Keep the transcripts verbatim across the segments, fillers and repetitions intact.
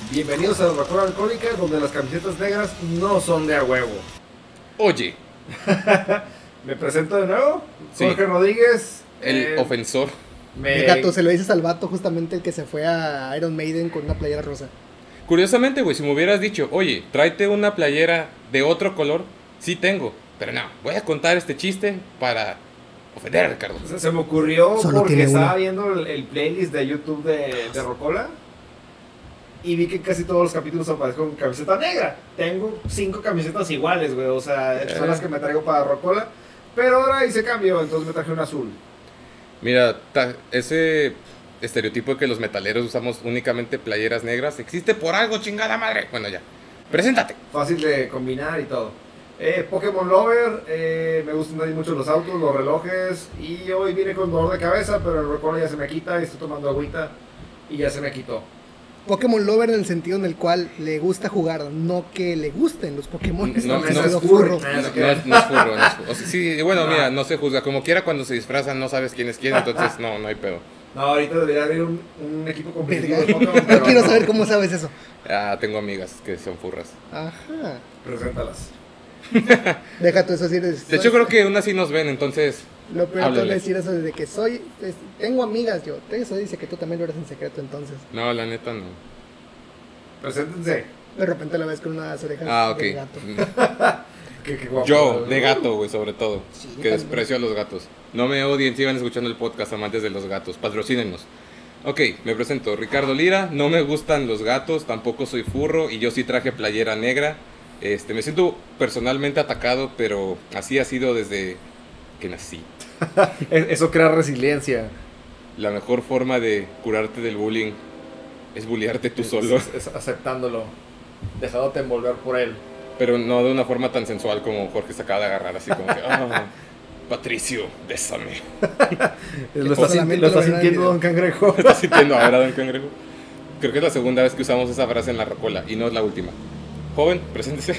Bienvenidos a la Rocola Alcohólica, donde las camisetas negras no son de a huevo. Oye. Me presento de nuevo, Sí. Jorge Rodríguez. El eh, ofensor. me... Gato, se lo dices al vato justamente el que se fue a Iron Maiden con una playera rosa. Curiosamente, güey, si me hubieras dicho, oye, tráete una playera de otro color, sí tengo. Pero no, voy a contar este chiste para ofender a Ricardo. Se, se me ocurrió Solo porque tiene estaba uno. viendo el, el playlist de YouTube de, de Rocola y vi que casi todos los capítulos aparecen con camiseta negra. Tengo cinco camisetas iguales, güey, o sea, de hecho son las que me traigo para Rocola, pero ahora hice cambio, entonces me traje un azul. Mira, ta- ese estereotipo de que los metaleros usamos únicamente playeras negras existe por algo, chingada madre. Bueno, ya. Preséntate. Fácil de combinar y todo. Eh, Pokémon Lover, eh, me gustan ahí mucho los autos, los relojes, y hoy vine con dolor de cabeza, pero el Rocola ya se me quita y estoy tomando agüita y ya se me quitó. Pokémon Lover en el sentido en el cual le gusta jugar, no que le gusten los Pokémon. No, que no, sea no, furro. no, No, no es, no es furro, no es furro. O sea, sí, bueno, mira, no se juzga. Como quiera, cuando se disfrazan, no sabes quién es quién, entonces no, no hay pedo. No, ahorita debería haber un, un equipo competitivo Verga. de Pokémon, No pero quiero no. saber cómo sabes eso. Ah, tengo amigas que son furras. Ajá. Preséntalas. Deja tú eso decir. De hecho, creo que aún así nos ven, entonces. Lo peor háblale. es decir eso de que soy. es- tengo amigas yo. Eso dice que tú también lo eres en secreto entonces. No, la neta no. Preséntense. De repente la ves con unas orejas Ah, ok. de gato. Qué, qué guapo. Yo, de gato, güey, sobre todo. Sí, que también. desprecio a los gatos. No me odien, sigan escuchando el podcast, amantes de los gatos. Patrocínenos. Ok, me presento. Ricardo Lira. No me gustan los gatos, tampoco soy furro. Y yo sí traje playera negra. Este, me siento personalmente atacado, pero así ha sido desde que nací. Es- Eso crea resiliencia. La mejor forma de curarte del bullying es bullearte tú solo. Es, es aceptándolo. Dejándote envolver por él. Pero no de una forma tan sensual como Jorge se acaba de agarrar, así como que, ah, Patricio, bésame. Lo está, Solamente sinti- lo está lo verán en sintiendo video. Don Cangrejo. ¿Qué estás sintiendo ahora, Don Cangrejo? Creo que es la segunda vez que usamos esa frase en la Rocola y no es la última. Joven, preséntese.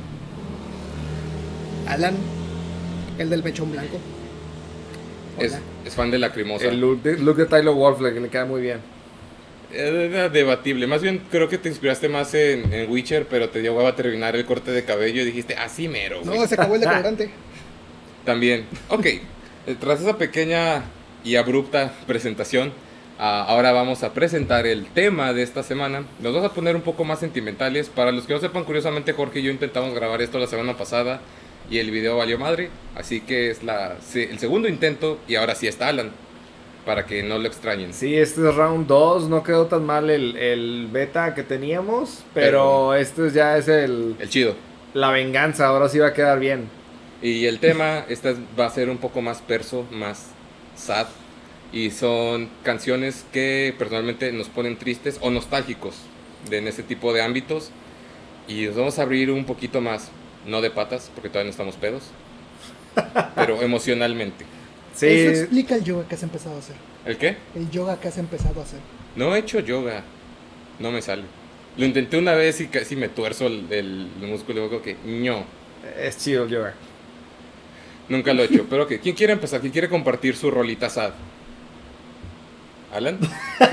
Alan, el del mechón blanco. Es, Hola. es fan de Lacrimosa. El look de, look de Tyler Wolf le, le queda muy bien. Era debatible. Más bien creo que te inspiraste más en, en Witcher, pero te dio hueva terminar el corte de cabello y dijiste, así mero, güey. No, se acabó el decolorante. También. Ok, eh, tras esa pequeña y abrupta presentación, ah, ahora vamos a presentar el tema de esta semana. Nos vamos a poner un poco más sentimentales. Para los que no sepan, curiosamente Jorge y yo intentamos grabar esto la semana pasada y el video valió madre. Así que es la, sí, el segundo intento y ahora sí está Alan, para que no lo extrañen. Sí, este es round dos. No quedó tan mal el, el beta que teníamos. Pero, Pero- este ya es el El chido. la venganza. Ahora sí va a quedar bien. Y el tema esta es- va a ser un poco más perso, más sad. Y son canciones que personalmente nos ponen tristes o nostálgicos de, en ese tipo de ámbitos. Y nos vamos a abrir un poquito más, no de patas, porque todavía no estamos pedos, pero emocionalmente. Sí. Eso explica el yoga que has empezado a hacer. ¿El qué? El yoga que has empezado a hacer. No he hecho yoga, no me sale. Lo intenté una vez y casi me tuerzo el, el, el músculo y digo que ño. Es chido el yoga. Nunca lo he hecho, pero que ¿quién quiere empezar? ¿Quién quiere compartir su rolita sad? ¿Alan?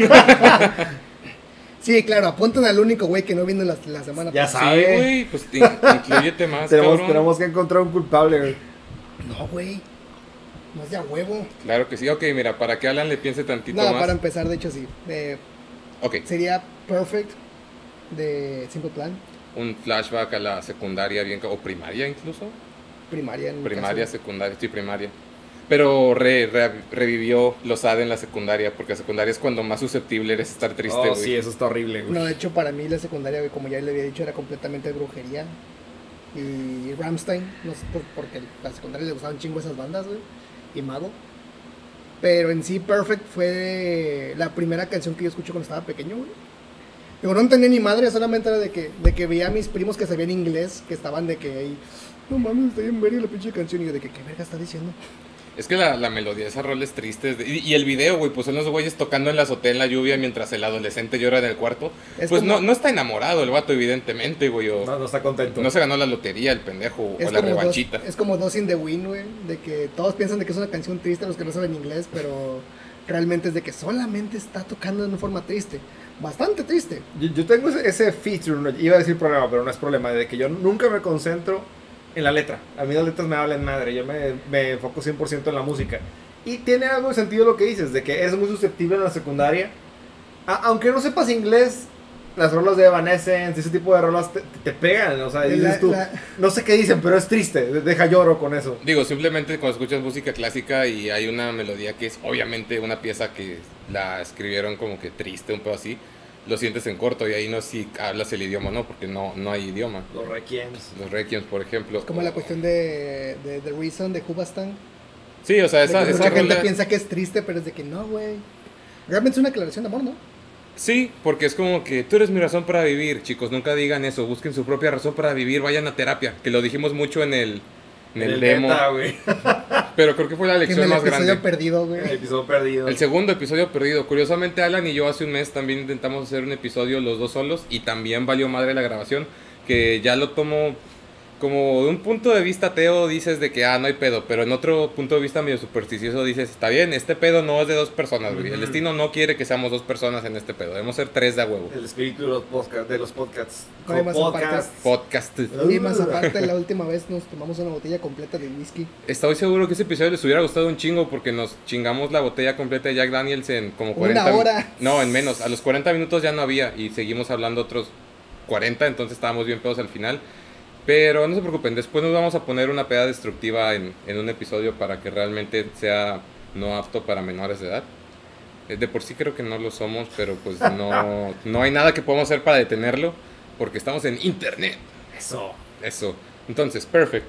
Sí, claro, apuntan al único güey que no vino la, la semana Ya pasada. sabe. Sí, güey, pues in- inclúyete más, Tenemos, cabrón. tenemos que encontrar un culpable, güey. No, güey. No es de a huevo. Claro que sí, ok, mira, para que Alan le piense tantito No, más. para empezar, de hecho, sí. Eh, Ok, sería Perfect de Simple Plan. un flashback a la secundaria, bien, ca- o primaria incluso. Primaria. En mi Primaria, caso. secundaria, sí, primaria. Pero re- re- revivió los A D en la secundaria, porque secundaria es cuando más susceptible eres a estar triste, Oh, güey. sí, eso está horrible, güey. No, de hecho, para mí la secundaria, güey, como ya le había dicho, era completamente brujería. Y Rammstein, no sé por, porque a la secundaria le gustaban chingo esas bandas, güey. Y Mago. Pero en sí, Perfect fue la primera canción que yo escuché cuando estaba pequeño, güey. Digo, no entendía ni madre, solamente era de que, de que veía a mis primos que sabían inglés, que estaban de que ahí, no mames, está bien verga la pinche canción. Y yo de que, ¿qué verga está diciendo? Es que la, la melodía de esa rola es triste. es de- y, y el video, güey, pues son los güeyes tocando en la azotea en la lluvia mientras el adolescente llora en el cuarto. Es pues como- no, no está enamorado el vato, evidentemente, güey. O No, no está contento. no se ganó la lotería el pendejo, Es o la como, dos, revanchita. es como Dos in the Wind, güey. De que todos piensan de que es una canción triste los que no saben inglés, pero realmente es de que solamente está tocando de una forma triste. Bastante triste. Yo, yo tengo ese, ese feature, no, iba a decir problema, pero no es problema, de que yo nunca me concentro en la letra. A mí las letras me hablan madre, yo me, me enfoco cien por ciento en la música. Y tiene algo de sentido lo que dices, de que eres muy susceptible en la secundaria. A, aunque no sepas inglés, las rolas de Evanescence, ese tipo de rolas te, te pegan, o sea, dices La- tú, la- no sé qué dicen, pero es triste, deja lloro con eso. Digo, simplemente cuando escuchas música clásica y hay una melodía que es obviamente una pieza que la escribieron como que triste, un poco así, lo sientes en corto y ahí no si hablas el idioma o no, porque no, no hay idioma. Los requiems. Los requiems, por ejemplo. Es como la cuestión de, de The Reason de Hubastan. Sí, o sea, De esa, que esa mucha gente rola- piensa que es triste, pero es de que no, güey. Realmente es una declaración de amor, ¿no? Sí, porque es como que tú eres mi razón para vivir, chicos, nunca digan eso, busquen su propia razón para vivir, vayan a terapia, que lo dijimos mucho en el, en el, demo, beta, güey. pero creo que fue la Que en lección el más episodio grande. perdido, güey. El episodio perdido. El segundo episodio perdido. Curiosamente, Alan y yo hace un mes también intentamos hacer un episodio los dos solos y también valió madre la grabación, que ya lo tomo como de un punto de vista ateo, dices de que, ah, no hay pedo, pero en otro punto de vista medio supersticioso dices, está bien, este pedo no es de dos personas, güey. El Ujú. destino no quiere que seamos dos personas en este pedo, debemos ser tres de a huevo. El espíritu de los podcasts. De los podcasts. Con más Podcast. Podcast. Y más aparte, la última vez nos tomamos una botella completa de whisky. Estoy seguro que ese episodio les hubiera gustado un chingo porque nos chingamos la botella completa de Jack Daniels en como cuarenta Una hora. No, en menos. A los cuarenta minutos ya no había y seguimos hablando otros cuarenta, entonces estábamos bien pedos al final. Pero no se preocupen, después nos vamos a poner una peda destructiva en, en un episodio para que realmente sea no apto para menores de edad. Eh, De por sí creo que no lo somos, pero pues no, no hay nada que podamos hacer para detenerlo porque estamos en internet. Eso. Eso. Entonces, perfect.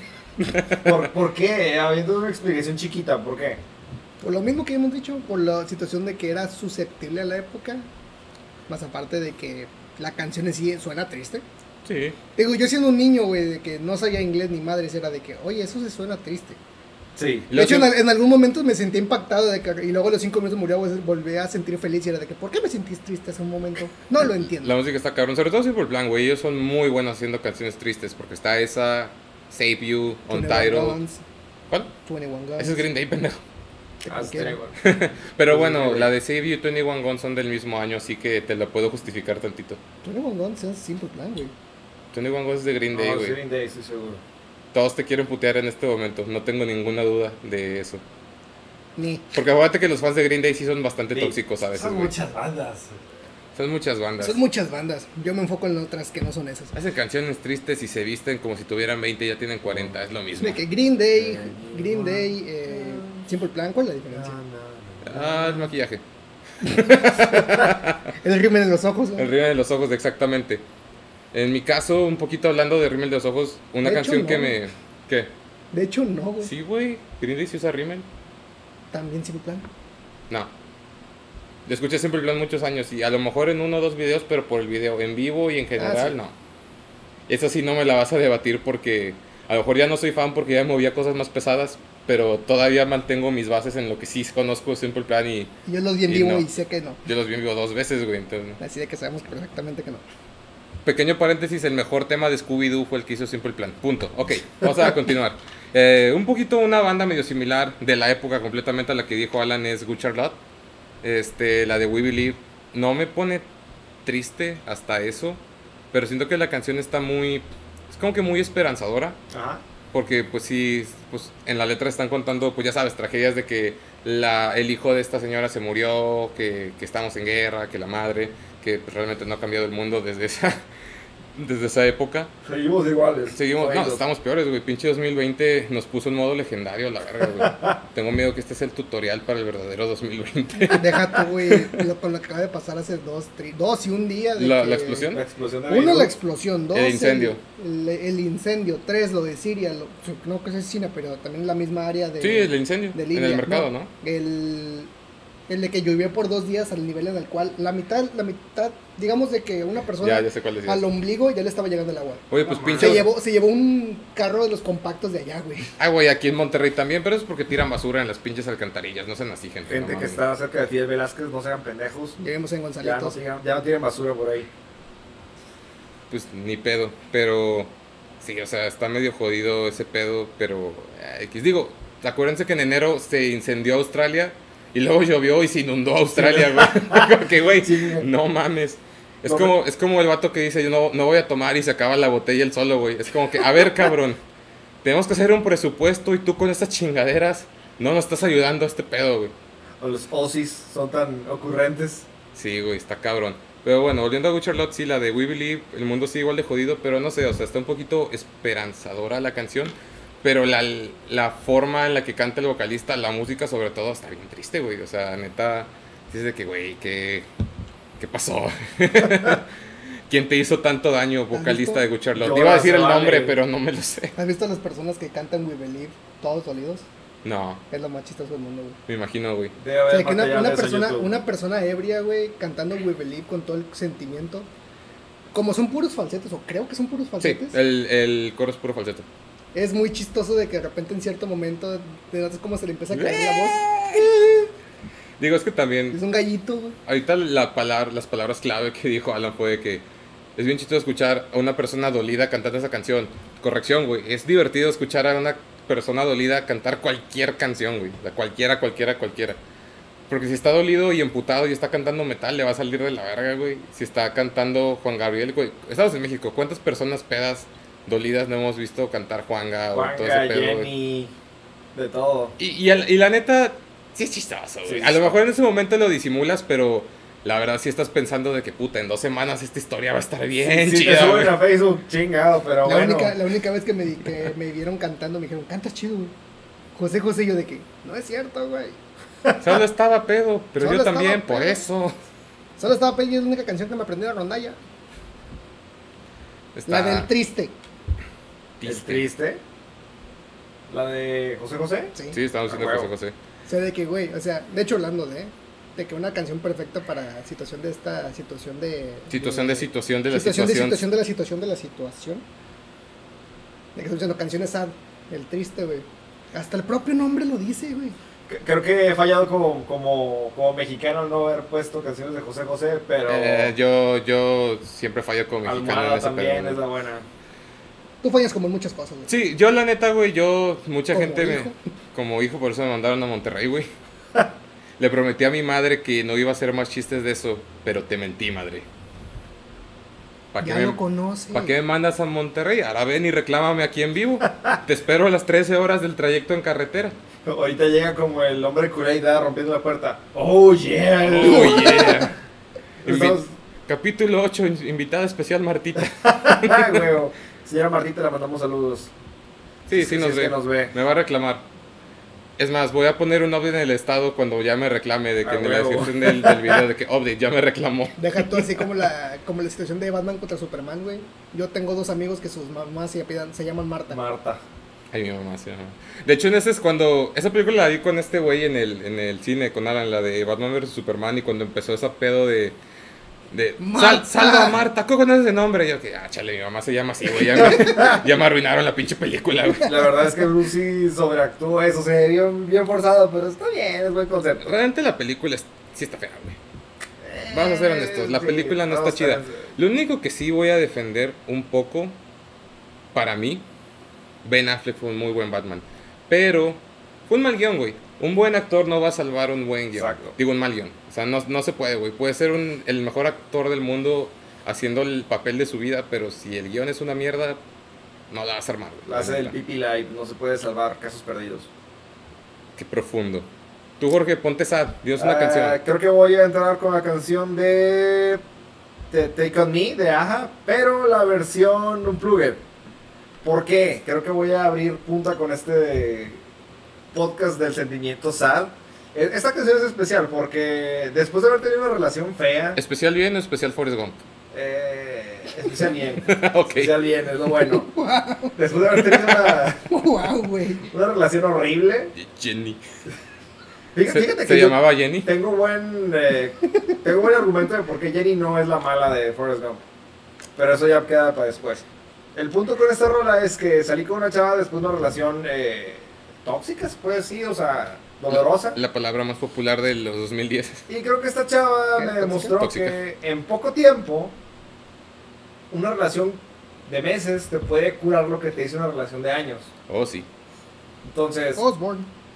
¿Por, ¿Por qué? Habiendo una explicación chiquita, ¿por qué? Por lo mismo que hemos dicho, por la situación de que era susceptible a la época. Más aparte de que la canción en sí suena triste. Sí. Digo, yo siendo un niño, güey, de que no sabía inglés ni madres, era de que, oye, eso se suena triste. Sí. De hecho, en, al- en algún momento me sentí impactado de que, y luego a los cinco minutos murió, güey, volví a sentir feliz y era de que, ¿por qué me sentís triste hace un momento? No lo entiendo. La música está cabrón, sobre todo Simple Plan, güey. Ellos son muy buenos haciendo canciones tristes porque está esa, Save You, Untitled. Guns, ¿Cuál? veintiuno Guns. Ese es Green Day, pendejo. que Ah, cualquiera. está igual. Pero Sí, bueno, güey. la de Save You y veintiuno Guns son del mismo año, así que te lo puedo justificar tantito. veintiuno Guns es Simple Plan, güey. veintiuno Guns es de Green Day, No, güey. sí, Green Day, estoy seguro. Todos te quieren putear en este momento, no tengo ninguna duda de eso. Ni. Porque acuérdate que los fans de Green Day sí son bastante Sí. tóxicos a veces, Son güey. muchas bandas. Son muchas bandas. Son muchas bandas. Yo me enfoco en otras que no son esas. Hacen canciones tristes y se visten como si tuvieran veinte y ya tienen cuarenta, es lo mismo. De que Green Day, Green Day, eh, Simple Plan, ¿cuál es la diferencia? Ah, el maquillaje. El rímel en los ojos, ¿no? El rímel de los ojos, exactamente. En mi caso, un poquito hablando de rímel de los ojos, una De hecho, canción no. que me... ¿Qué? De hecho, no, güey. Sí, güey. Green Day sí usa rímel. También Simple Plan. No. Yo escuché Simple Plan muchos años y a lo mejor en uno o dos videos, pero por el video. En vivo y en general, Ah, sí. no. Eso sí no me la vas a debatir porque a lo mejor ya no soy fan porque ya movía cosas más pesadas, pero todavía mantengo mis bases en lo que sí conozco Simple Plan y Yo los vi en Y vivo no. y sé que no. yo los vi en vivo dos veces, güey. Entonces, Así de que sabemos perfectamente que no. pequeño paréntesis, el mejor tema de Scooby-Doo fue el que hizo Simple Plan. Punto. Ok, vamos a continuar. Eh, un poquito una banda medio similar de la época completamente a la que dijo Alan es Good Charlotte. Este, la de We Believe. No me pone triste hasta eso, pero siento que la canción está muy... Es como que muy esperanzadora. Ajá. Porque pues sí, pues en la letra están contando, pues ya sabes, tragedias de que la, el hijo de esta señora se murió, que, que estamos en guerra, que la madre, que pues, realmente no ha cambiado el mundo desde esa, desde esa época. Seguimos iguales. Seguimos, no, Jodidos. estamos peores, güey. Pinche dos mil veinte nos puso en modo legendario, la verga, güey. Tengo miedo que este sea el tutorial para el verdadero dos mil veinte. Deja tú, güey, lo, con lo que acaba de pasar hace dos, tres, dos y un día. De La- que- la explosión. La explosión de Uno, Beirut. la explosión. Dos, El incendio. El, el- el incendio. Tres, lo de Siria. Lo, no que es China, pero también la misma área de, Sí, el incendio de en Libia. el mercado, ¿no? El, el de que llovió por dos días al nivel en el cual la mitad, la mitad, digamos de que una persona Ya, ya sé cuál es. al ombligo ya le estaba llegando el agua. Oye, pues No, pinche... Se llevó, se llevó un carro de los compactos de allá, güey. Ah, güey, aquí en Monterrey también, pero es porque tiran basura en las pinches alcantarillas, no sean así, gente. Gente no que mames. está cerca de Fidel Velázquez, no sean pendejos. Lleguemos en Ya no, Gonzalitos. sigan, ya no tienen basura por ahí. Pues ni pedo, pero sí, o sea, está medio jodido ese pedo, pero eh, X. Digo, acuérdense que en enero se incendió Australia Y luego llovió y se inundó Australia, güey. Como que, güey, Sí, güey. no mames. Es No, como, es como el vato que dice, yo no, no voy a tomar y se acaba la botella él solo, güey. Es como que, a ver, cabrón, tenemos que hacer un presupuesto y tú con estas chingaderas no nos estás ayudando a este pedo, güey. O los Aussies son tan ocurrentes. Sí, güey, está cabrón. Pero bueno, volviendo a Good Charlotte, sí, la de We Believe, el mundo sigue igual de jodido, pero no sé, o sea, está un poquito esperanzadora la canción. Pero la, la forma en la que canta el vocalista, la música sobre todo, está bien triste, güey. O sea, neta, dices de que, güey, ¿qué, ¿qué pasó? ¿Quién te hizo tanto daño, vocalista de Good Charlotte? Yo Iba a decir se el vale. nombre, pero no me lo sé. ¿Has visto a las personas que cantan We Believe todos dolidos? No, Es lo más chistoso del mundo, güey. me imagino, güey. Debe O haber sea, que una, material una de eso en persona, YouTube. una persona ebria, güey, cantando We Believe con todo el sentimiento. Como son puros falsetes, o creo que son puros Sí, falsetes. el, el coro es puro falseto. Es muy chistoso de que de repente en cierto momento, de notas como se le empieza a caer la voz. Digo, es que también Es un gallito, güey. ahorita la palabra, las palabras clave que dijo Alan fue de que es bien chistoso escuchar a una persona dolida cantando esa canción. Corrección, güey. Es divertido escuchar a una persona dolida cantar cualquier canción, güey. La cualquiera, cualquiera, cualquiera. Porque si está dolido y emputado y está cantando metal, le va a salir de la verga, güey. Si está cantando Juan Gabriel, güey. Estamos en México. ¿Cuántas personas pedas dolidas no hemos visto cantar Juanga o todo Juanga, ese pedo, güey? Jenny, de todo. Y, y, al- y la neta, sí es chistoso, güey. Sí, a lo sí. mejor en ese momento lo disimulas, pero la verdad sí estás pensando de que, puta, en dos semanas esta historia va a estar bien si chida, te güey. suben a Facebook, chingado, pero La, bueno. única, la única vez que me, di- que me vieron cantando me dijeron, cantas chido, güey. José José, y yo de que, no es cierto, güey. Solo estaba pedo, pero Solo yo estaba también, por pedo. eso. Solo estaba pedindo, es la única canción que me aprendí de la rondalla. Está La del triste. ¿Es triste? ¿La de José José? Sí. Sí, estamos diciendo Ah, José huevo. José. O sea, de que, güey, o sea, de hecho hablando de, de que una canción perfecta para situación de esta situación de... Situación de situación de la situación de situación. situación de la situación de la situación. De que estoy diciendo canciones sad, el triste, güey. Hasta el propio nombre lo dice, güey. C- Creo que he fallado como, como, como mexicano al no haber puesto canciones de José José, pero Eh, yo, yo siempre fallo con mexicano en Almohada ese también pedo. es la buena. Tú fallas como en muchas cosas, güey. Sí, yo la neta, güey, yo, mucha Como gente, me- hijo. como hijo, por eso me mandaron a Monterrey, güey. Le prometí a mi madre que no iba a hacer más chistes de eso, pero te mentí, madre. ¿Para qué, Ya me, lo conoce. ¿pa' qué me mandas a Monterrey? Ahora ven y reclámame aquí en vivo. Te espero a las trece horas del trayecto en carretera. Ahorita llega como el hombre culé y da rompiendo la puerta. Oh yeah. Oh, yeah. Invi- Estamos- Capítulo ocho, in- invitada especial Martita. Ay, huevo. Señora Martita, le mandamos saludos. Sí, sí, Si nos, es ve. que nos ve. Me va a reclamar. Es más, voy a poner un update en el estado cuando ya me reclame de que Ah, en la huevo. descripción del, del video de que update ya me reclamó. Deja tú así como la, como la situación de Batman contra Superman, güey. Yo tengo dos amigos que sus mamás se, apellidan- se llaman Marta. Marta. Ay, mi mamá, sí, mamá. De hecho, en ese es cuando. Esa película la vi con este güey en el, en el cine, con Alan, la de Batman versus Superman. Y cuando empezó ese pedo de. de ¡Marta! "Sal- salva a Marta, ¿cómo conoces ese nombre?" Y yo, que, ah, chale, mi mamá se llama así, güey. Ya me, ya me arruinaron la pinche película, güey. La verdad es que Bruce sí sobreactuó eso, se ve bien, bien forzado, pero está bien, es buen concepto. Realmente la película es- sí está fea, güey. Vamos a ser honestos, la Sí, película no vamos está a chida. ser- Lo único que sí voy a defender un poco, para mí, Ben Affleck fue un muy buen Batman. Pero fue un mal guión, güey. Un buen actor no va a salvar un buen guión. Exacto. Digo, un mal guión. O sea, no, no se puede, güey. Puede ser un- el mejor actor del mundo haciendo el papel de su vida, pero si el guión es una mierda, no la vas a armar, güey. La hace el neta. pipi light, no se puede salvar casos perdidos. Qué profundo. Tú, Jorge, ponte sad. Dios una Ah, canción. Creo que voy a entrar con la canción de, de Take On Me, de Aja, pero la versión Unplugged. ¿Por qué? Creo que voy a abrir punta con este podcast del sentimiento sad. E- Esta canción es especial porque después de haber tenido una relación fea, ¿Especial bien o especial Forrest Gump? eh, especial bien, Ok. especial bien, es lo bueno. Después de haber tenido una, Wow, güey. una relación horrible, Jenny. fíjate, ¿Se, fíjate se que yo llamaba Jenny? tengo buen, eh, tengo buen argumento de por qué Jenny no es la mala de Forrest Gump. Pero eso ya queda para después. El punto con esta rola es que salí con una chava después de una relación eh, tóxica, se puede decir, o sea, dolorosa. La palabra más popular de los dos mil diez. Y creo que esta chava ¿Qué? me ¿Tóxica? demostró Tóxica. que en poco tiempo una relación de meses te puede curar lo que te hizo una relación de años. Oh, sí. Entonces, Osborne.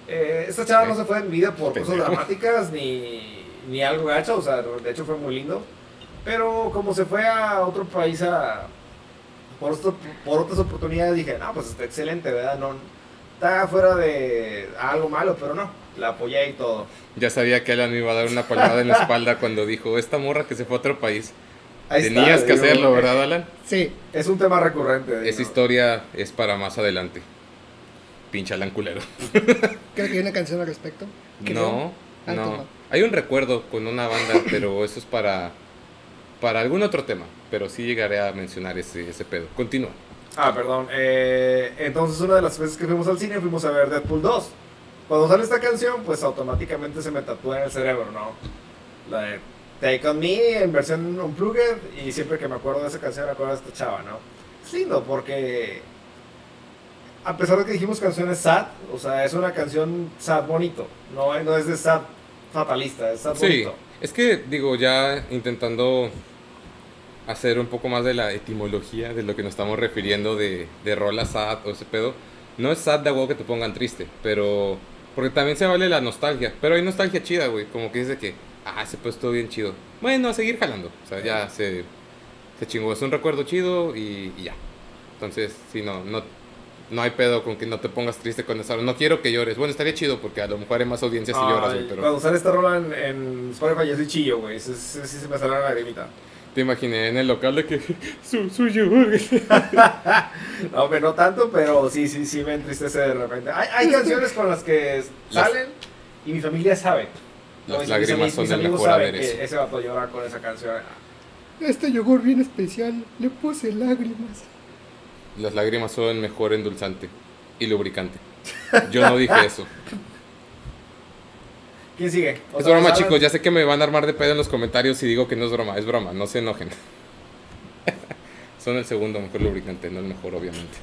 Eh, esta chava no se fue en vida por cosas Pendejo. dramáticas ni, ni algo gacho, o sea, de hecho fue muy lindo. Pero como se fue a otro país a, por, esto- por otras oportunidades, dije, no, pues está excelente, ¿verdad? No, está fuera de algo malo, pero no, la apoyé y todo. Ya sabía que Alan me iba a dar una palmada en la espalda cuando dijo, esta morra que se fue a otro país. Ahí está, Tenías que digo, hacerlo, eh, ¿verdad, Alan? Sí, Es un tema recurrente. Esa digo. historia es para más adelante. Pinche Alan culero. creo que hay una canción al respecto. Creo. No, Ah, no. entonces no. Hay un recuerdo con una banda, pero eso es para, para algún otro tema. Pero sí llegaré a mencionar ese, ese pedo. Continúa. Ah, perdón. Eh, entonces, una de las veces que fuimos al cine, fuimos a ver Deadpool dos. Cuando sale esta canción, pues automáticamente se me tatúa en el cerebro, ¿no? La de Take On Me en versión unplugged. Y siempre que me acuerdo de esa canción, me acuerdo de esta chava, ¿no? Es lindo porque, a pesar de que dijimos canciones sad, o sea, es una canción sad bonito. No, no es de sad fatalista, es sad Sí, bonito. es que digo, ya intentando hacer un poco más de la etimología de lo que nos estamos refiriendo de, de rola sad o ese pedo. No es sad de huevo que te pongan triste, pero... Porque también se vale la nostalgia. Pero hay nostalgia chida, güey. Como que dice que, ah, ese pedo estuvo bien chido. Bueno, a seguir jalando. O sea, ya se, se chingó. Es un recuerdo chido y, y ya. Entonces, sí, no, no, no hay pedo con que no te pongas triste con esa. No quiero que llores. Bueno, estaría chido porque a lo mejor hay más audiencia si lloras, Ay, güey. Pero Cuando sale esta rola en, en Spotify, yo soy chillo, güey. Sí, sí, sí se me sale la lagrimita. te imaginé en el local de que su, su yogur. No, hombre, no tanto, pero sí, sí, sí me entristece de repente. Hay, hay canciones con las que Las- salen y mi familia sabe. Las mis- lágrimas mis, son mis el amigos mejor saben aderezo. que ese vato llora con esa canción. Este yogur bien especial, le puse lágrimas. Las lágrimas son mejor endulzante y lubricante. Yo no dije eso. ¿Quién sigue? Es ¿Otra broma, vez, chicos. Alan? Ya sé que me van a armar de pedo en los comentarios si digo que no es broma. Es broma, no se enojen. Son el segundo mejor lubricante, no el mejor, obviamente.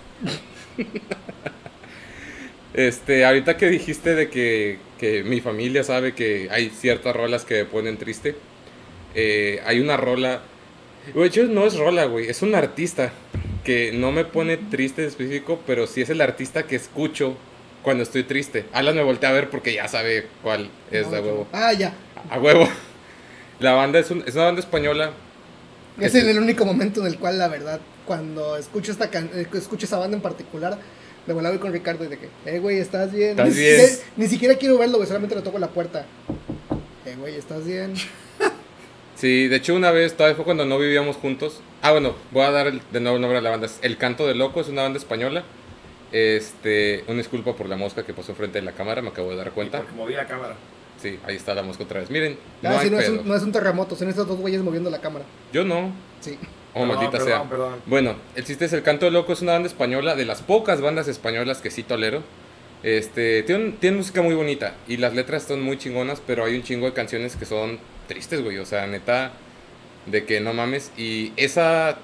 Este, ahorita que dijiste de que, que mi familia sabe que hay ciertas rolas que me ponen triste. eh, hay una rola. Güey, de hecho, no es rola, güey. Es un artista que no me pone triste en específico, pero sí es el artista que escucho cuando estoy triste. Alan me voltea a ver porque ya sabe cuál es de huevo. Ah, ya. A huevo. La banda es, un- es una banda española. Es el, el único momento en el cual, la verdad, cuando escucho esta can eh, escucho esa banda en particular, de volada voy con Ricardo y de que, eh, güey, ¿estás bien? ¿Estás ni, bien? Siquiera, ni siquiera quiero verlo, güey, solamente le toco la puerta. Eh, güey, ¿estás bien? Sí, de hecho una vez, todavía fue cuando no vivíamos juntos. Ah, bueno, voy a dar el- de nuevo el nombre a la banda. Es El Canto de Loco, es una banda española. Este, una disculpa por la mosca que pasó frente de la cámara, me acabo de dar cuenta. Porque moví la cámara. Sí, ahí está la mosca otra vez. Miren, no Ah, hay sí, no, es pedo. un, no es un terremoto, son estos dos güeyes moviendo la cámara. Yo no. Sí. Oh, Perdón, maldita perdón, sea. perdón. Bueno, el chiste es El Canto de Loco, es una banda española, de las pocas bandas españolas que sí tolero. Este, tiene, un- tiene música muy bonita y las letras son muy chingonas, pero hay un chingo de canciones que son tristes, güey. O sea, neta, de que no mames. Y esa,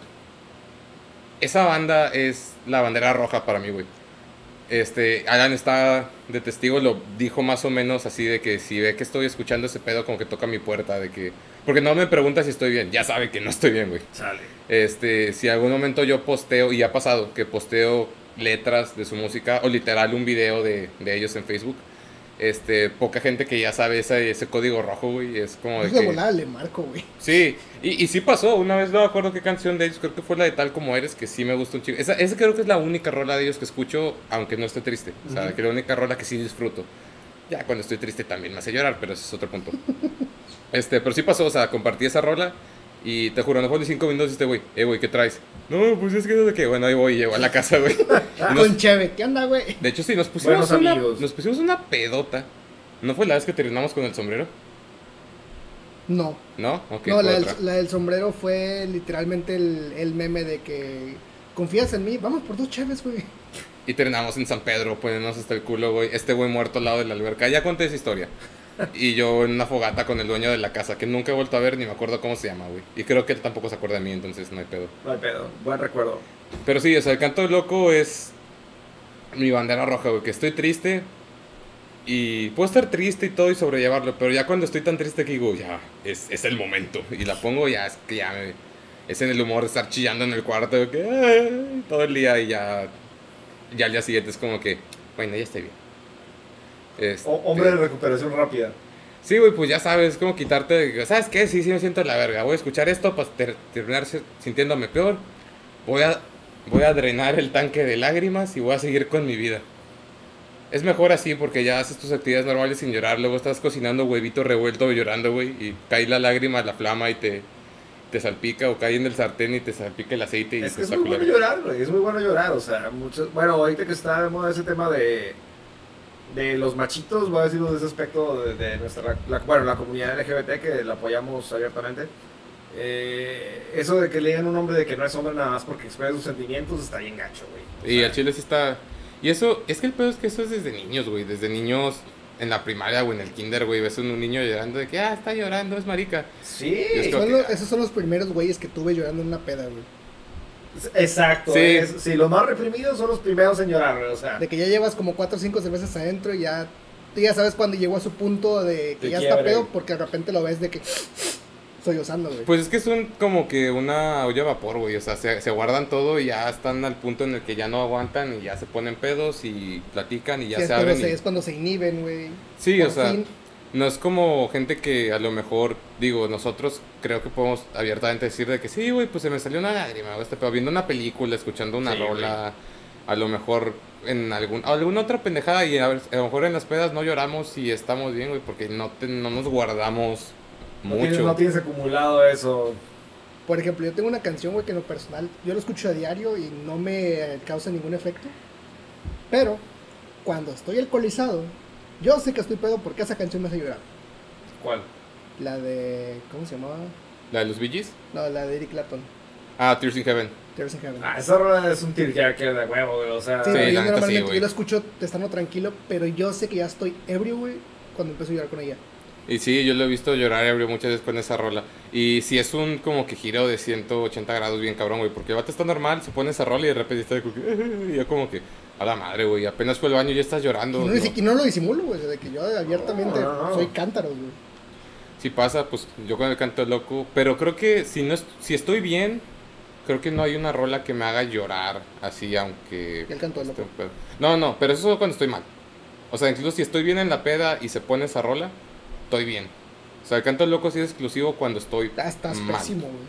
esa banda es la bandera roja para mí, güey. Este, Alan está de testigo, lo dijo más o menos así de que si ve que estoy escuchando ese pedo, como que toca mi puerta, de que... Porque no me pregunta si estoy bien, ya sabe que no estoy bien, güey. Chale. Este, si algún momento yo posteo, y ha pasado, que posteo letras de su música, o literal un video de, de ellos en Facebook, este, poca gente que ya sabe ese, ese código rojo, güey, es como de Es de que... volada, le marco, güey. Sí, y, y sí pasó, una vez no me acuerdo qué canción de ellos, creo que fue la de Tal Como Eres, que sí me gusta un chico. Esa, esa creo que es la única rola de ellos que escucho, aunque no esté triste. O sea, Ujú. que la única rola que sí disfruto. Ya cuando estoy triste también me hace llorar, pero ese es otro punto. Este, pero sí pasó, o sea, compartí esa rola y te juro, no fue ni cinco minutos y este güey, eh, güey, ¿qué traes? No, pues es que no sé qué, bueno, ahí voy, llego a la casa, güey. Y nos- Con Cheve, ¿qué onda, güey? de hecho, sí, nos pusimos, Buenos una, amigos. nos pusimos una pedota. ¿No fue la vez que terminamos con el sombrero? No. ¿No? Ok, no, fue la del, otra. la del sombrero fue literalmente el, el meme de que confías en mí, vamos por dos Cheves, güey. Y terminamos en San Pedro, poniéndonos hasta el culo, güey. Este güey muerto al lado de la alberca. Ya conté esa historia. Y yo en una fogata con el dueño de la casa, que nunca he vuelto a ver ni me acuerdo cómo se llama, güey. Y creo que él tampoco se acuerda de mí, entonces no hay pedo. No hay pedo. Buen recuerdo. Pero sí, o sea, El Canto del Loco es mi bandera roja, güey. Que estoy triste y puedo estar triste y todo y sobrellevarlo. Pero ya cuando estoy tan triste que digo, ya, es, es el momento. Y la pongo, ya, es que ya me... Es en el humor de estar chillando en el cuarto, de que, "Ay", todo el día y ya... Ya al día siguiente es como que, bueno, ya estoy bien. Este, O- hombre de recuperación rápida. Sí, güey, pues ya sabes, es como quitarte, ¿sabes qué? Sí, sí me siento de la verga, voy a escuchar esto para ter- terminar se- sintiéndome peor, voy a, voy a drenar el tanque de lágrimas y voy a seguir con mi vida. Es mejor así porque ya haces tus actividades normales sin llorar, luego estás cocinando huevito revuelto llorando, güey, y cae la lágrima, la flama y te, te salpica, o cae en el sartén y te salpica el aceite y Es que te es está muy bueno culero. llorar, güey. Es muy bueno llorar. O sea, muchos. Bueno, ahorita que está de moda ese tema de. De los machitos, voy a decirlo de ese aspecto de, de nuestra. La, bueno, la comunidad L G B T que la apoyamos abiertamente. Eh, eso de que le digan a un hombre de que no es hombre nada más porque expresa sus sentimientos está bien gacho, güey. O Y sea, al chile sí está... Y eso, es que el pedo es que eso es desde niños, güey, desde niños en la primaria o en el kinder, güey, ves a un niño llorando de que, ah, está llorando, es marica. Sí, Es que- Son que- los- esos son los primeros güeyes que tuve llorando en una peda, güey. exacto. Sí. Es, sí, los más reprimidos son los primeros en llorar, güey. O sea, De que ya llevas como cuatro o cinco cervezas adentro y ya, tú ya sabes cuando llegó a su punto de que De ya está quiebre. pedo porque de repente lo ves de que sollozando, güey. Pues es que son como que una olla de vapor, güey, o sea, se, se guardan todo y ya están al punto en el que ya no aguantan y ya se ponen pedos y platican y ya Sí, es, se cuando abren. se, y- es cuando se inhiben, güey. Sí, Por o sea, fin. no es como gente que a lo mejor, digo, nosotros creo que podemos abiertamente decir de que sí, güey, pues se me salió una lágrima, o este, pero viendo una película, escuchando una Sí, rola, a lo mejor en algún, alguna otra pendejada y a, ver, a lo mejor en las pedas no lloramos y estamos bien, güey, porque no, te- no nos guardamos no mucho. tienes, no tienes acumulado eso. Por ejemplo, yo tengo una canción, güey, que en lo personal, yo lo escucho a diario y no me causa ningún efecto. Pero, cuando estoy alcoholizado, yo sé que estoy pedo porque esa canción me hace llorar. ¿Cuál? La de, ¿cómo se llamaba? ¿La de los Bee Gees? No, la de Eric Clapton, Ah, Tears in Heaven. Tears in Heaven. Ah, esa rola es un tearjerker de huevo, güey. O sea, Sí, Sí, pero la yo neta normalmente sí, güey. yo lo escucho estando tranquilo, pero yo sé que ya estoy ebrio, güey, cuando empiezo a llorar con ella. Y sí, yo lo he visto llorar ebrio muchas veces con esa rola. Y sí es un como que giro de ciento ochenta grados bien cabrón, güey. Porque el vato está normal, se pone esa rola y de repente está como que... Y yo como que... A la madre, güey. Apenas fue al baño y ya estás llorando. Y no, ¿no? ni siquiera- no lo disimulo, güey, de que yo abiertamente No, no, no. soy cántaro, güey. Si pasa, pues yo con el canto loco. Pero creo que si no es- si estoy bien, creo que no hay una rola que me haga llorar así, aunque... Y el canto loco. esté pedo. No, no, pero eso es cuando estoy mal. O sea, incluso si estoy bien en la peda y se pone esa rola, estoy bien. O sea, el canto loco sí es exclusivo cuando estoy Ah, estás mal. pésimo, güey.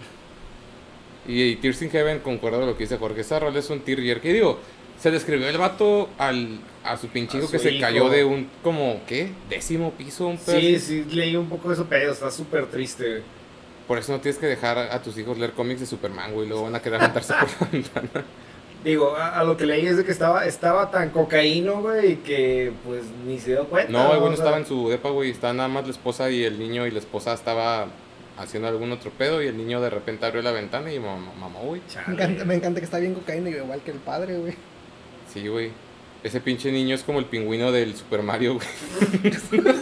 Y, y Tears in Heaven, concuerdo con lo que dice Jorge, esa rola es un tearjerker. Que digo, se le escribió el vato al, a su pinche A hijo su que se hijo. cayó de un, como, ¿qué? Décimo piso, un pedo sí, así. sí, leí un poco de eso, pero está súper triste, güey. Por eso no tienes que dejar a tus hijos leer cómics de Superman, güey. Luego van a querer aventarse por la ventana. Digo, a, a lo que leí es de que estaba, estaba tan cocaíno, güey, que pues ni se dio cuenta. No, el güey no O sea, estaba en su depa, güey. Estaba nada más la esposa y el niño. Y la esposa estaba haciendo algún otro pedo. Y el niño de repente abrió la ventana y mamó, mamó, güey. Me chale. encanta, me encanta que está bien cocaína y igual que el padre, güey. Sí, güey. Ese pinche niño es como el pingüino del Super Mario, güey.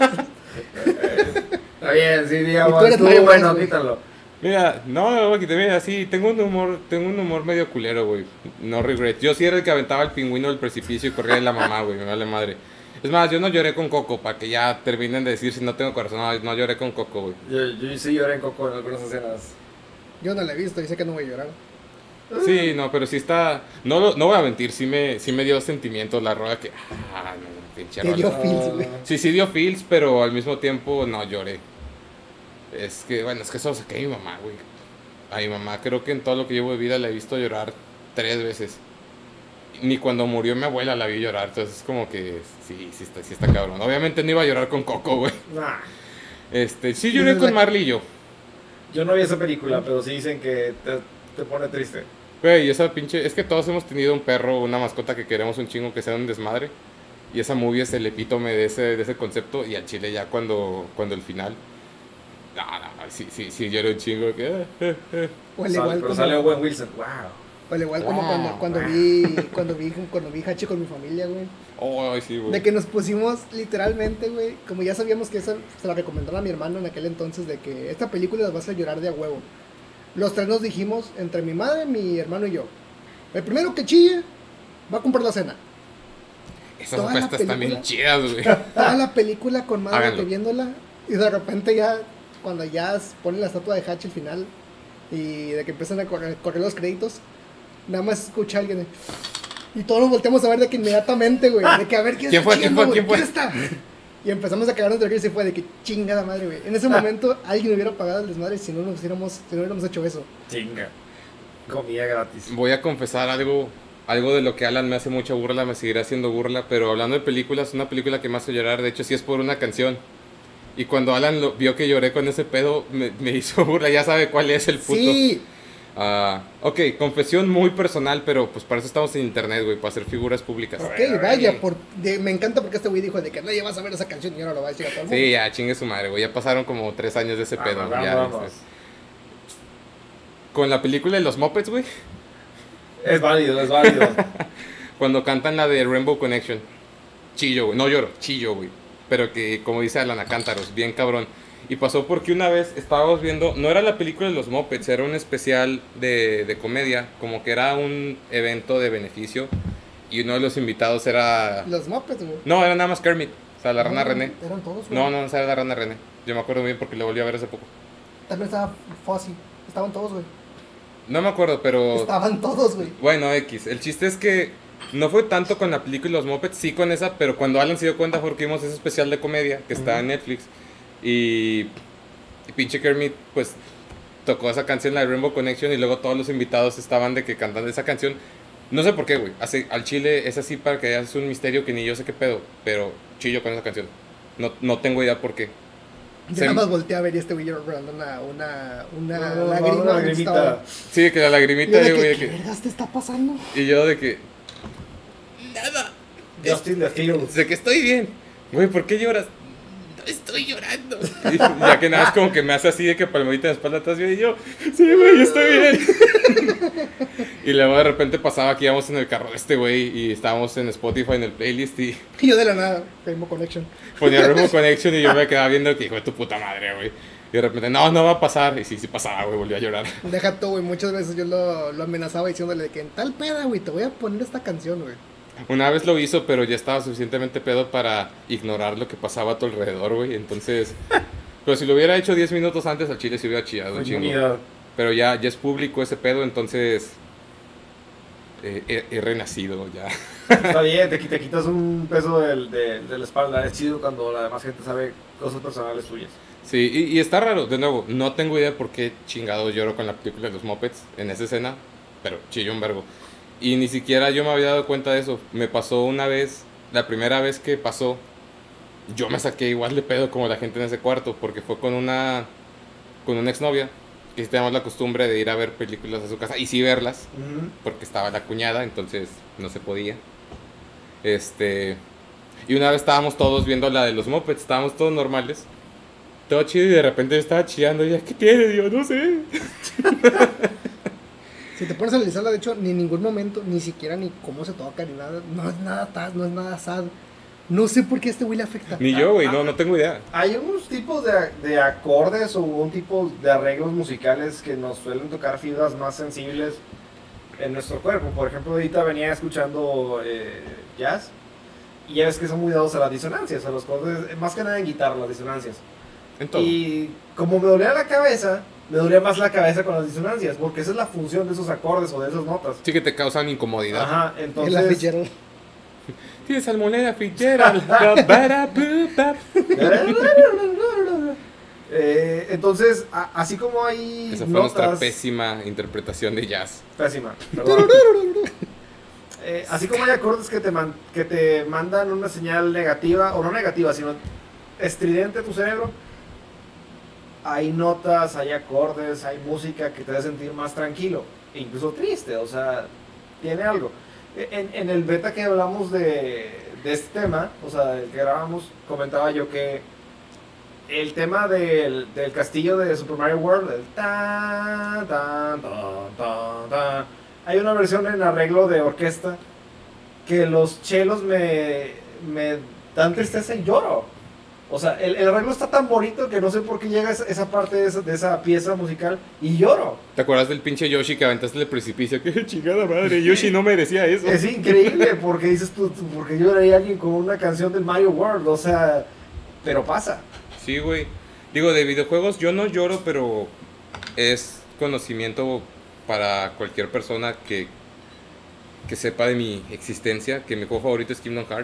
Está bien, sí, Y digamos, tú eres estuvo Mario Bros, bueno, güey. quítalo. Mira, no, no, que te mira, sí, tengo un humor, tengo un humor medio culero, güey. No regret. Yo sí era el que aventaba el pingüino del precipicio y corría de la mamá, güey, me vale madre. Es más, yo no lloré con Coco, para que ya terminen de decir si no tengo corazón, no, no lloré con Coco, güey. Yo, yo sí lloré en Coco en algunas escenas. Yo no la he visto y sé que no voy a llorar. Sí, no, pero sí está, no, lo- no voy a mentir, sí me, sí me dio sentimientos la rola que, ah, no, pinche Te rola. dio feels, güey. Sí, sí dio feels, pero al mismo tiempo no lloré. Es que, bueno, es que eso lo saqué a mi mamá, güey. A mi mamá creo que en todo lo que llevo de vida la he visto llorar tres veces. Ni cuando murió mi abuela la vi llorar, entonces es como que sí, sí está, sí está cabrón. Obviamente no iba a llorar con Coco, güey. Nah, Este, sí lloré con Marley y yo. yo no vi esa película, pero sí dicen que te, te pone triste. Güey, esa pinche, es que todos hemos tenido un perro, una mascota que queremos un chingo que sea un desmadre. Y esa movie es el epítome de ese, de ese concepto. Y al chile ya cuando, cuando el final. No, no, sí, sí, sí, lloré un chingo. Que, eh, eh, eh. O al Sale- igual pero como, sale Owen Wilson, wow. o al igual como Wow. cuando, cuando vi cuando vi cuando vi Hachi con mi familia, güey. Oh, ay, sí, güey. De que nos pusimos literalmente, güey, como ya sabíamos que esa se la recomendaron a mi hermano en aquel entonces, de que esta película la vas a llorar de a huevo. Los tres nos dijimos, entre mi madre, mi hermano y yo, el primero que chille va a comprar la cena. Esas toda la apuestas están bien película- chidas, güey. Toda la película con madre Háganlo. que viéndola, y de repente ya, cuando ya ponen la estatua de Hachi al final, y de que empiezan a correr, correr los créditos, nada más escucha a alguien de- y todos nos volteamos a ver de que inmediatamente, güey, de que a ver quién, ¿Quién está fue? ¿Quién chillando, fue? güey, ¿Quién fue? está? Y empezamos a cagarnos de risa y fue de que chingada madre, güey. En ese momento alguien hubiera pagado el desmadre si no nos hubiéramos, si no hubiéramos hecho eso. Chinga. Comida gratis. Voy a confesar algo, algo de lo que Alan me hace mucha burla, me seguirá haciendo burla, pero hablando de películas, una película que me hace llorar, de hecho sí es por una canción. Y cuando Alan lo, vio que lloré con ese pedo, me, me hizo burla, ya sabe cuál es el puto. Sí. Uh, ok, confesión muy personal, pero pues para eso estamos en internet, güey, para hacer figuras públicas. Ok, vaya, por, de, me encanta porque este güey dijo de que nadie vas a ver esa canción y ahora lo va a decir a todo el mundo. Sí, ya, chingue su madre, güey, ya pasaron como tres años de ese Ah, pedo. vamos, ya, vamos. este. Con la película de los Muppets, güey, Es válido, es válido. cuando cantan la de Rainbow Connection, chillo, güey, no lloro, chillo, güey, pero que como dice Alan, a cántaros, bien cabrón. Y pasó porque una vez estábamos viendo, no era la película de los Muppets, era un especial de, de comedia, como que era un evento de beneficio, y uno de los invitados era... Los Muppets, güey. No, era nada más Kermit, o sea, la No, rana René. Eran todos, güey. No, no, esa era la rana René, yo me acuerdo muy bien porque la volví a ver hace poco. También estaba Fozzie. Estaban todos, güey. No me acuerdo, pero... Estaban todos, güey. Bueno, X, el chiste es que no fue tanto con la película y los Muppets, sí con esa, pero cuando Alan se dio cuenta fue porque vimos ese especial de comedia que está en Netflix. Y, y pinche Kermit, pues, tocó esa canción, la de Rainbow Connection, y luego todos los invitados estaban de que cantando esa canción. No sé por qué, güey. Hace- Al chile es así para que es un misterio que ni yo sé qué pedo, pero chillo con esa canción. No, no tengo idea por qué. Yo Se- nada más volteé a ver y este güey llorando una, una, una No, no, lágrima. una que estaba- lagrimita. Sí, que la Y lagrimita, yo de güey. que, de ¿qué que- vergas te está pasando? Y yo de que... Justin the Fields. De que estoy bien. Güey, ¿por qué lloras? No estoy llorando. Y ya que nada es como que me hace así de que palmadita en la espalda, ¿estás bien? Y yo, sí, güey, estoy bien. Y luego de repente pasaba que íbamos en el carro de este güey y estábamos en Spotify en el playlist y Y yo de la nada, Rainbow Connection. ponía Rainbow Connection y yo me quedaba viendo que hijo de tu puta madre, güey. Y de repente, no, no va a pasar. Y sí, sí pasaba, güey, volví a llorar. Deja tú, güey. Muchas veces yo lo, lo amenazaba diciéndole de que en tal peda, güey, te voy a poner esta canción, güey. Una vez lo hizo, pero ya estaba suficientemente pedo para ignorar lo que pasaba a tu alrededor, güey. Entonces, pero si lo hubiera hecho diez minutos antes, al chile se hubiera chillado un chingo. Comunidad. Pero ya, ya es público ese pedo, entonces eh, he, he renacido ya. Está bien, te, qui- te quitas un peso del- de, de la espalda. Es chido cuando la demás gente sabe cosas personales tuyas. Sí, y, y está raro, de nuevo, no tengo idea por qué chingado lloro con la película de los Muppets en esa escena, pero chillo un vergo. Y ni siquiera yo me había dado cuenta de eso. Me pasó una vez, la primera vez que pasó, yo me saqué igual de pedo como la gente en ese cuarto, porque fue con una, con una exnovia, que sí tenemos la costumbre de ir a ver películas a su casa, y sí verlas, porque estaba la cuñada, entonces no se podía. Este, y una vez estábamos todos viendo la de los Muppets, estábamos todos normales, todo chido, y de repente yo estaba chillando, y ya, ¿qué tiene? Yo no sé. Si te pones a analizarla, de hecho, ni en ningún momento, ni siquiera ni cómo se toca, ni nada, no es nada tad, no es nada sad. No sé por qué a este güey le afecta. Ni yo, güey, no, no tengo idea. Hay unos tipos de, de acordes o un tipo de arreglos musicales que nos suelen tocar fibras más sensibles en nuestro cuerpo. Por ejemplo, ahorita venía escuchando eh, jazz y ya ves que son muy dados a las disonancias, a los acordes, más que nada en guitarra, las disonancias. En todo. Y como me dolía la cabeza, me dolía más la cabeza con las disonancias, porque esa es la función de esos acordes o de esas notas. Sí que te causan incomodidad. Ajá, Es la entonces... Fitzgerald. Tienes salmonella Fitzgerald. Ba-ba-da-bu-bap. Eh, entonces, a- así como hay Esa fue nuestra notas... pésima interpretación de jazz. Pésima, perdón. Eh, así como hay acordes que te, man- que te mandan una señal negativa, o no negativa, sino estridente a tu cerebro, hay notas, hay acordes, hay música que te hace sentir más tranquilo, e incluso triste, o sea, tiene algo. En, en el beta que hablamos de, de este tema, o sea, el que grabamos, comentaba yo que el tema del, del castillo de Super Mario World, el tan, tan, tan, tan, tan, hay una versión en arreglo de orquesta que los chelos me, me dan tristeza y lloro. O sea, el, el arreglo está tan bonito que no sé por qué llega esa, esa parte de esa, de esa pieza musical y lloro. ¿Te acuerdas del pinche Yoshi que aventaste del precipicio? ¡Qué chingada madre! Yoshi no merecía eso. Es increíble porque dices tú, tú, porque lloraría alguien con una canción del Mario World, o sea, pero pasa. Sí, güey. Digo, de videojuegos yo no lloro, pero es conocimiento para cualquier persona que, que sepa de mi existencia, que mi juego favorito es Kingdom Hearts.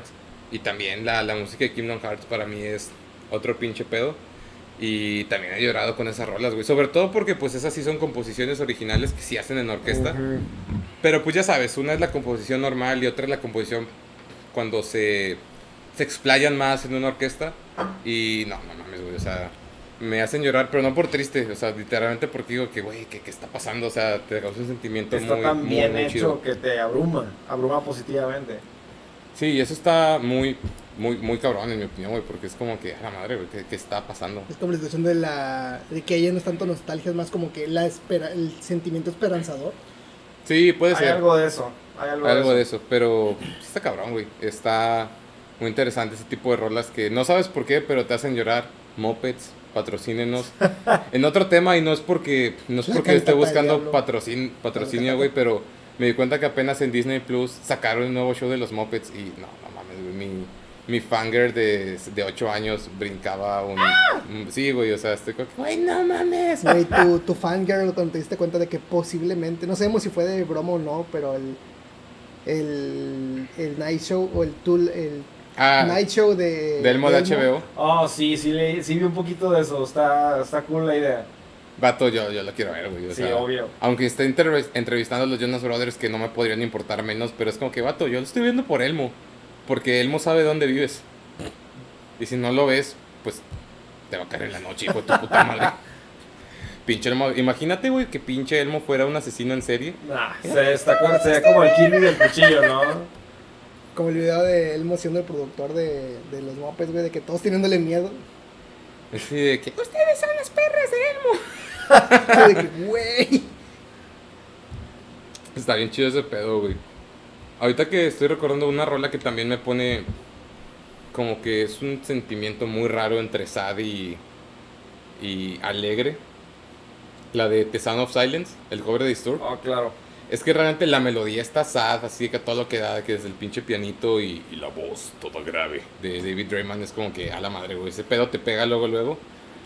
Y también la, la música de Kingdom Hearts para mí es otro pinche pedo. Y también he llorado con esas rolas, güey. Sobre todo porque pues esas sí son composiciones originales que sí hacen en orquesta. Ujú. Pero pues ya sabes, una es la composición normal y otra es la composición cuando se, se explayan más en una orquesta. Y no, no mames, güey, o sea, me hacen llorar, pero no por triste, o sea, literalmente porque digo que, güey, ¿qué, ¿qué está pasando? O sea, te causa un sentimiento Está muy, tan muy, bien muy hecho chido. que te abruma, abruma positivamente. Sí, y eso está muy, muy, muy cabrón en mi opinión, güey, porque es como que, a la madre, güey, ¿qué, ¿qué está pasando? Es como la situación de la de que ella no es tanto nostalgia, es más como que la espera, el sentimiento esperanzador. Sí, puede Hay ser. algo de eso, hay algo, Algo de de eso. eso, pero sí está cabrón, güey. Está muy interesante ese tipo de rolas que no sabes por qué, pero te hacen llorar. Mopeds, patrocínenos. En otro tema, y no es porque no es La porque esté cantata del buscando diablo. patrocin, patrocinio, güey, pero me di cuenta que apenas en Disney Plus sacaron un nuevo show de los Mopeds y no, no mames, güey, mi, mi fangirl de, de ocho años brincaba un, un- sí, güey, o sea, estoy como que, güey, no mames. Güey, tu, tu fangirl cuando te diste cuenta de que posiblemente, no sabemos si fue de broma o no, pero el el, el Night Show o el tool, el Ah, Night Show de del modo de H B O. Oh, sí, sí, le, sí vi un poquito de eso, está, está cool la idea. Vato, yo, yo lo quiero ver, güey. O Sí, sea, obvio. aunque esté interve- entrevistando a los Jonas Brothers, que no me podrían importar menos, pero es como que, vato, yo lo estoy viendo por Elmo. Porque Elmo sabe dónde vives. Y si no lo ves, pues te va a caer en la noche, hijo de tu puta madre. Pinche Elmo. Imagínate, güey, que pinche Elmo fuera un asesino en serie. Nah, se está co- se ve como el Kirby del cuchillo, ¿no? Como el video de él siendo el productor de, de los Muppets, güey, de que todos teniéndole miedo. Así de que, ustedes son las perras de Elmo. De que, güey. Está bien chido ese pedo, güey. Ahorita que estoy recordando una rola que también me pone como que es un sentimiento muy raro entre sad y, y alegre. La de The Sound of Silence, el cover de Disturbed. Oh, claro. Es que realmente la melodía está sad, así que todo lo que da, que desde el pinche pianito y, y la voz toda grave de David Drayman es como que a la madre, güey. Ese pedo te pega luego, luego.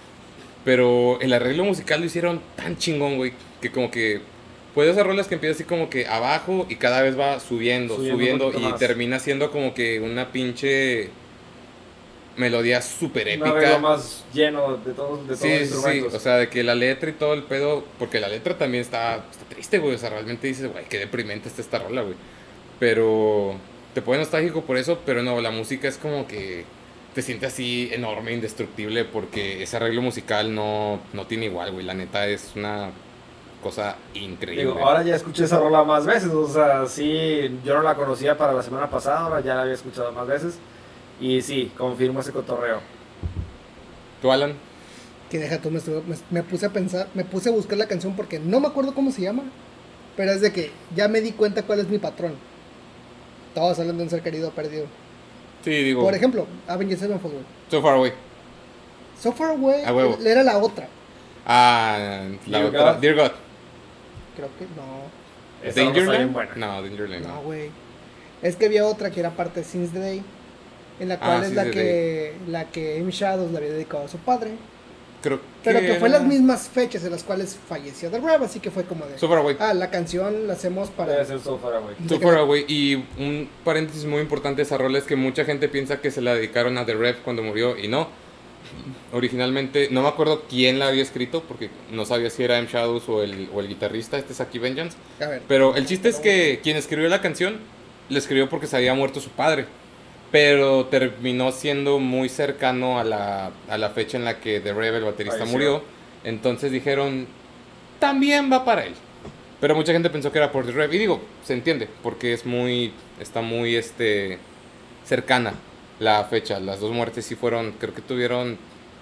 Pero el arreglo musical lo hicieron tan chingón, güey, que como que puede esas rolas que empieza así como que abajo y cada vez va subiendo, Subiendo un subiendo, poquito y más. termina siendo como que una pinche melodía súper Un épica. arreglo más lleno de todos, de todos Sí, los sí, sí, instrumentos. o sea, de que la letra y todo el pedo, porque la letra también está, está triste, güey, o sea, realmente dices, güey, qué deprimente está esta rola, güey. Pero te pone nostálgico por eso, pero no, la música es como que te sientes así enorme, indestructible, porque ese arreglo musical no, no tiene igual, güey, la neta es una cosa increíble. Digo, ahora ya escuché esa rola más veces, o sea, sí, yo no la conocía para la semana pasada, ahora ya la había escuchado más veces. Y sí, confirmo ese cotorreo. ¿Tú, Alan? Que deja tú, me, estuve- me, me puse a pensar, me puse a buscar la canción porque no me acuerdo cómo se llama. Pero es de que ya me di cuenta cuál es mi patrón. Todos hablan de un ser querido perdido. Sí, digo, Por ejemplo, Avengers Sevenfold, güey. So Far Away. So Far Away A huevo. era la otra. Ah, la Dear otra, God. Dear God. Creo que no. Esa rola está bien Dangerland? buena. No, Dangerland No, no. güey. Es que había otra que era parte de Since the Day. En la cual Ah, es Since la the que, la que Amy Shadows le había dedicado a su padre. Creo Pero que fue era- las mismas fechas en las cuales falleció The Rev, así que fue como de... So Far Away. Ah, la canción la hacemos para... Debe ser So Far Away. So Far Away. Y un paréntesis muy importante de esa rola es que mucha gente piensa que se la dedicaron a The Rev cuando murió y no. Originalmente, no me acuerdo quién la había escrito porque no sabía si era M. Shadows o el, o el guitarrista, este es Aki Vengeance. A ver, Pero el chiste es que quien escribió la canción la escribió porque se había muerto su padre. Pero terminó siendo muy cercano a la, a la fecha en la que The Rev, el baterista, Falleció. murió. Entonces dijeron, también va para él. Pero mucha gente pensó que era por The Rev. Y digo, se entiende, porque es muy, está muy este, cercana la fecha. Las dos muertes sí fueron, creo que tuvieron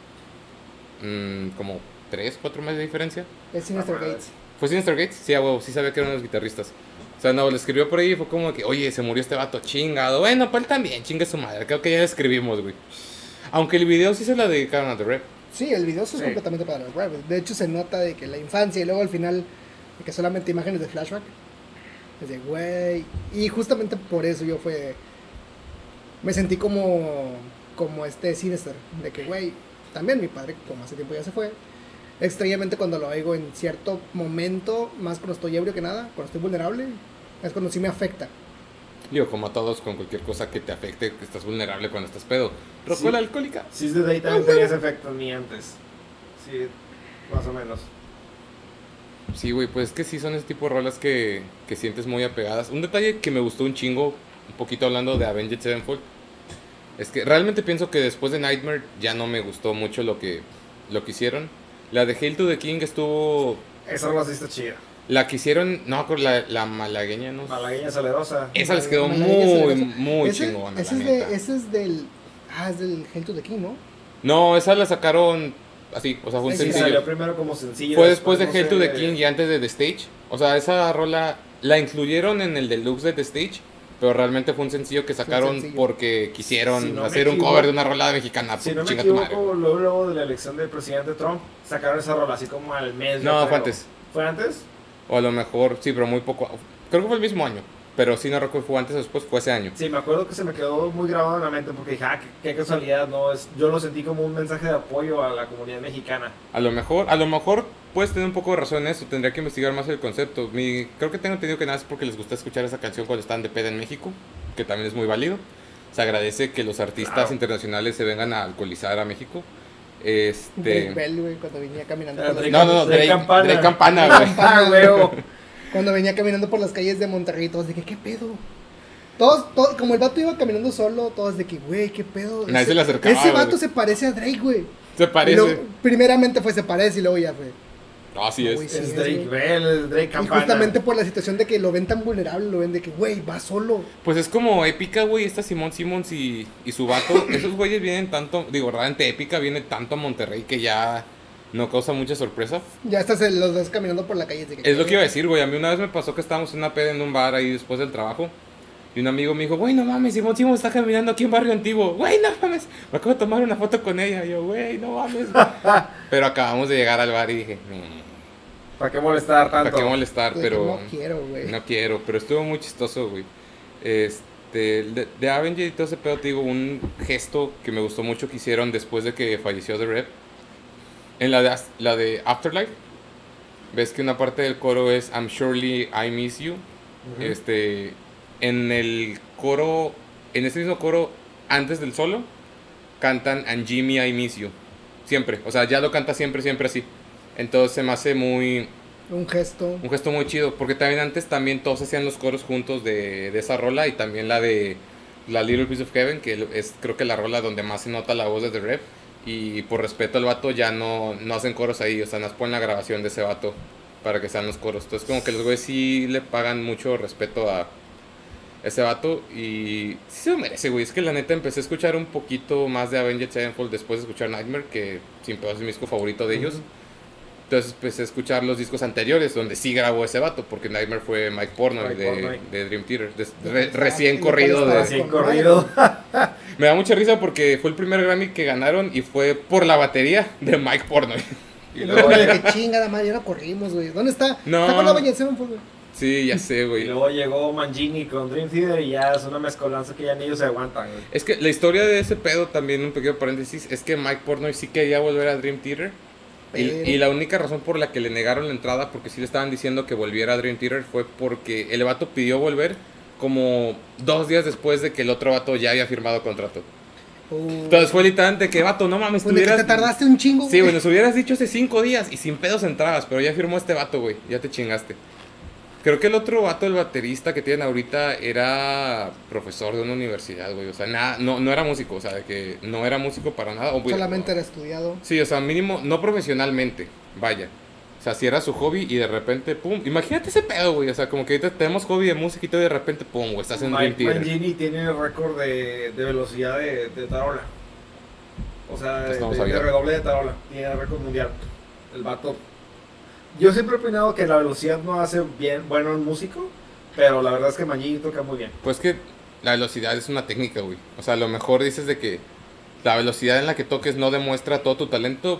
mm, como tres, cuatro meses de diferencia. es Sinister Ah, madre. Gates. ¿Fue Sinister Gates? Sí, a huevo, sí sabía que eran los guitarristas. O sea, no, le escribió por ahí y fue como que, oye, se murió este vato, chingado. Bueno, pues él también, chingue su madre. Creo que ya le escribimos, güey. Aunque el video sí se la dedicaron a The Rev. Sí, el video es Sí. completamente para The Rev. De hecho, se nota de que la infancia y luego al final, de que solamente imágenes de flashback. Es de, güey. Y justamente por eso yo fue... Me sentí como, como este Sinister. De que, güey, también mi padre, como hace tiempo ya se fue. Extrañamente cuando lo oigo en cierto momento, más cuando estoy ebrio que nada, cuando estoy vulnerable, es cuando sí me afecta. Digo, como a todos, con cualquier cosa que te afecte, que estás vulnerable cuando estás pedo. Rocola Sí. alcohólica. Seize the Day también tenía ese efecto en mí antes. Sí, más o menos. Sí, güey, pues es que sí son ese tipo de rolas que, que sientes muy apegadas. Un detalle que me gustó un chingo, un poquito hablando de Avenged Sevenfold, es que realmente pienso que después de Nightmare ya no me gustó mucho lo que, lo que hicieron. La de Hail to the King estuvo... Esa rola sí está chida. La que hicieron, no, con la, la malagueña, ¿no? Malagueña salerosa. Esa les quedó Malagueña muy, Salerosa. muy Ese- chingona, Ese la es, neta. de, ese es del. Ah, es del Hail to the King, ¿no? No, esa la sacaron así, o sea, fue un Sí, Sí, sencillo. salió primero como sencillo. Fue después de no Hail sé, to the King y antes de The Stage. O sea, esa rola la incluyeron en el deluxe de The Stage, pero realmente fue un sencillo que sacaron sencillo. porque quisieron Si no me hacer un equivoco- cover de una rola mexicana. Si no me Chinga tu madre. equivoco, luego, luego de la elección del presidente Trump, sacaron esa rola así como al mes. yo No, creo. fue antes. ¿Fue antes? O a lo mejor, sí, pero muy poco. Creo que fue el mismo año. Pero sí, no recuerdo si fue antes o después, fue ese año. Sí, me acuerdo que se me quedó muy grabado en la mente porque dije, ah, qué, qué casualidad, ¿no? Es, yo lo sentí como un mensaje de apoyo a la comunidad mexicana. A lo mejor, a lo mejor puedes tener un poco de razón en eso. Tendría que investigar más el concepto. Mi, creo que tengo entendido que nada es porque les gusta escuchar esa canción cuando están de peda en México, que también es muy válido. Se agradece que los artistas Claro. internacionales se vengan a alcoholizar a México. Drake Este. Bell, güey, cuando venía caminando Ah, por las Drake- No, no, no, Drake Drake, Campana. Drake Campana, güey. Ah, huevo. Cuando venía caminando por las calles de Monterrey, todos de que, ¿qué pedo? Todos, todos, como el vato iba caminando solo, todos de que, güey, ¿qué pedo? Nadie Ese- se le acercaba, Ese vato güey. se parece a Drake, güey. Se Y parece. luego, primeramente fue se parece y luego ya fue. No, así No, es. güey, sí. Es Drake Bell, es Drake Y Campana. justamente por la situación de que lo ven tan vulnerable, lo ven de que, güey, va solo. Pues es como épica, güey, esta Simón Simmons y, y su vato. Esos güeyes vienen tanto, digo, realmente épica viene tanto a Monterrey que ya no causa mucha sorpresa. Ya estás los ves caminando por la calle. De que, Es lo que iba a decir, güey. A mí una vez me pasó que estábamos en una peda en un bar ahí después del trabajo. Y un amigo me dijo, güey, no mames, Simón Simmons está caminando aquí en Barrio Antiguo. Güey, no mames. Me acabo de tomar una foto con ella. Y yo, güey, no mames. Pero acabamos de llegar al bar y dije, "Mm, ¿Para qué molestar ¿para tanto? qué molestar? de que Pero no quiero, güey. no quiero. Pero estuvo muy chistoso, güey. Este, de, de Avenger y todo ese pedo, te digo, un gesto que me gustó mucho que hicieron después de que falleció The Rep. En la de, As- la de Afterlife, ves que una parte del coro es I'm surely I miss you. Ujú. Este, en el coro, en ese mismo coro, antes del solo, cantan And Jimmy I miss you. Siempre, o sea, ya lo canta siempre, siempre así. Entonces se me hace muy, Un gesto. un gesto muy chido, porque también antes también todos hacían los coros juntos de, de esa rola y también la de la Little Piece of Heaven, que es creo que la rola donde más se nota la voz de The Rep. Y por respeto al vato ya no, no hacen coros ahí, o sea, nos ponen la grabación de ese vato para que sean los coros. Entonces como que los güeyes sí le pagan mucho respeto a ese vato y sí se lo merece, güey. Es que la neta empecé a escuchar un poquito más de Avenged Sevenfold después de escuchar Nightmare, que sin pedos es mi disco favorito de ellos. Ujú. Entonces empecé a escuchar los discos anteriores donde sí grabó ese vato, porque Nightmare fue Mike Portnoy Mike de, Portnoy. de Dream Theater, de- re- Exacto. recién Y corrido estaba de... Así con corrido. Me da mucha risa porque fue el primer Grammy que ganaron y fue por la batería de Mike Portnoy. Y Y luego luego, de llegó, que chingada madre, ya no corrimos, güey. ¿Dónde está? No. Está con la Avenged Sevenfold, güey. Sí, ya sé, y güey. luego llegó Mangini con Dream Theater y ya es una mezcolanza que ya ni ellos se aguantan, güey. Es que la historia de ese pedo, también un pequeño paréntesis, es que Mike Portnoy sí quería volver a Dream Theater. Y, Pero- y la única razón por la que le negaron la entrada, porque sí le estaban diciendo que volviera a Dream Theater, fue porque el vato pidió volver como dos días después de que el otro vato ya había firmado contrato. Uh, Entonces fue literalmente que, vato, no mames, pues de que tuvieras... te tardaste un chingo, Sí, güey, nos hubieras dicho hace cinco días y sin pedos entrabas, pero ya firmó este vato, güey, ya te chingaste. Creo que el otro vato, el baterista que tienen ahorita, era profesor de una universidad, güey. O sea, nada, no, no era músico, o sea, de que no era músico para nada. O, güey, Solamente no. era estudiado. Sí, o sea, mínimo, no profesionalmente, vaya. O sea, si era su hobby y de repente, pum. Imagínate ese pedo, güey. O sea, como que ahorita tenemos hobby de música y todo y de repente, pum, güey, estás en Dream Mike Theater. Mangini tiene el récord de, de velocidad de, de tarola. O sea, de, Estamos de- de abiertos. redoble de tarola. Tiene el récord mundial. El vato. Yo siempre he opinado que la velocidad no hace bien bueno el músico, pero la verdad es que Mangini toca muy bien. Pues que la velocidad es una técnica, güey. O sea, a lo mejor dices de que la velocidad en la que toques no demuestra todo tu talento,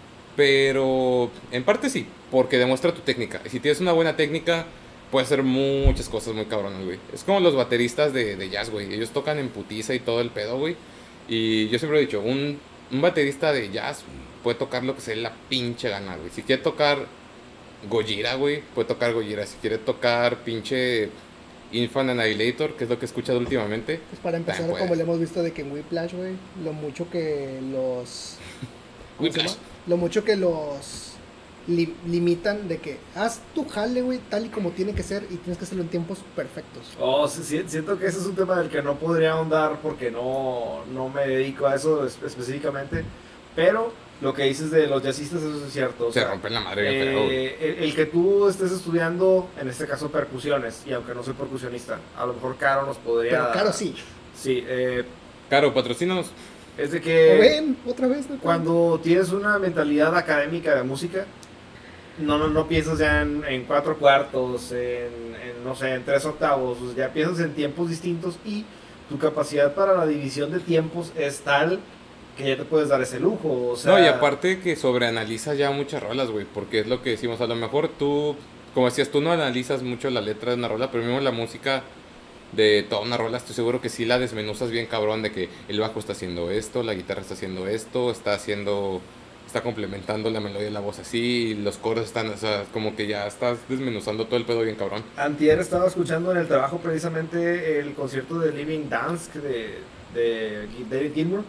pero en parte sí, porque demuestra tu técnica. Y si tienes una buena técnica, puedes hacer muchas cosas muy cabronas, güey. Es como los bateristas de, de jazz, güey. Ellos tocan en putiza y todo el pedo, güey. Y yo siempre he dicho, un, un baterista de jazz puede tocar lo que se le dé la pinche gana, güey. Si quiere tocar Gojira, güey, puede tocar Gojira. Si quiere tocar pinche Infant Annihilator, que es lo que he escuchado últimamente. Pues para empezar, También como puedes. le hemos visto de que en Whiplash, güey, lo mucho que los... ¿cómo se Whiplash. llama? Lo mucho que los li- limitan de que haz tu jale, güey, tal y como tiene que ser y tienes que hacerlo en tiempos perfectos. Oh, sí, sí, siento que ese es un tema del que no podría ahondar porque no, no me dedico a eso es- específicamente, pero lo que dices de los jazzistas, eso es cierto. O Se sea, rompen la madre bien feo, güey. eh, el, el que tú estés estudiando, en este caso percusiones, y aunque no soy percusionista, a lo mejor Caro nos podría... Pero claro, sí. Sí, eh, Caro, patrocínanos. es de ¿O que ven? Otra vez, ¿no? cuando tienes una mentalidad académica de música, no, no, no piensas ya en, en cuatro cuartos, en, en, no sé, en tres octavos, o sea, ya piensas en tiempos distintos y tu capacidad para la división de tiempos es tal que ya te puedes dar ese lujo, o sea... No, y aparte que sobreanalizas ya muchas rolas, güey, porque es lo que decimos, a lo mejor tú, como decías, tú no analizas mucho la letra de una rola, pero mismo la música de toda una rola, estoy seguro que sí la desmenuzas bien cabrón, de que el bajo está haciendo esto, la guitarra está haciendo esto, está haciendo, está complementando la melodía de la voz así, y los coros están, o sea, como que ya estás desmenuzando todo el pedo bien cabrón. Antier estaba escuchando en el trabajo precisamente el concierto de Living Dance de, de David Gilmour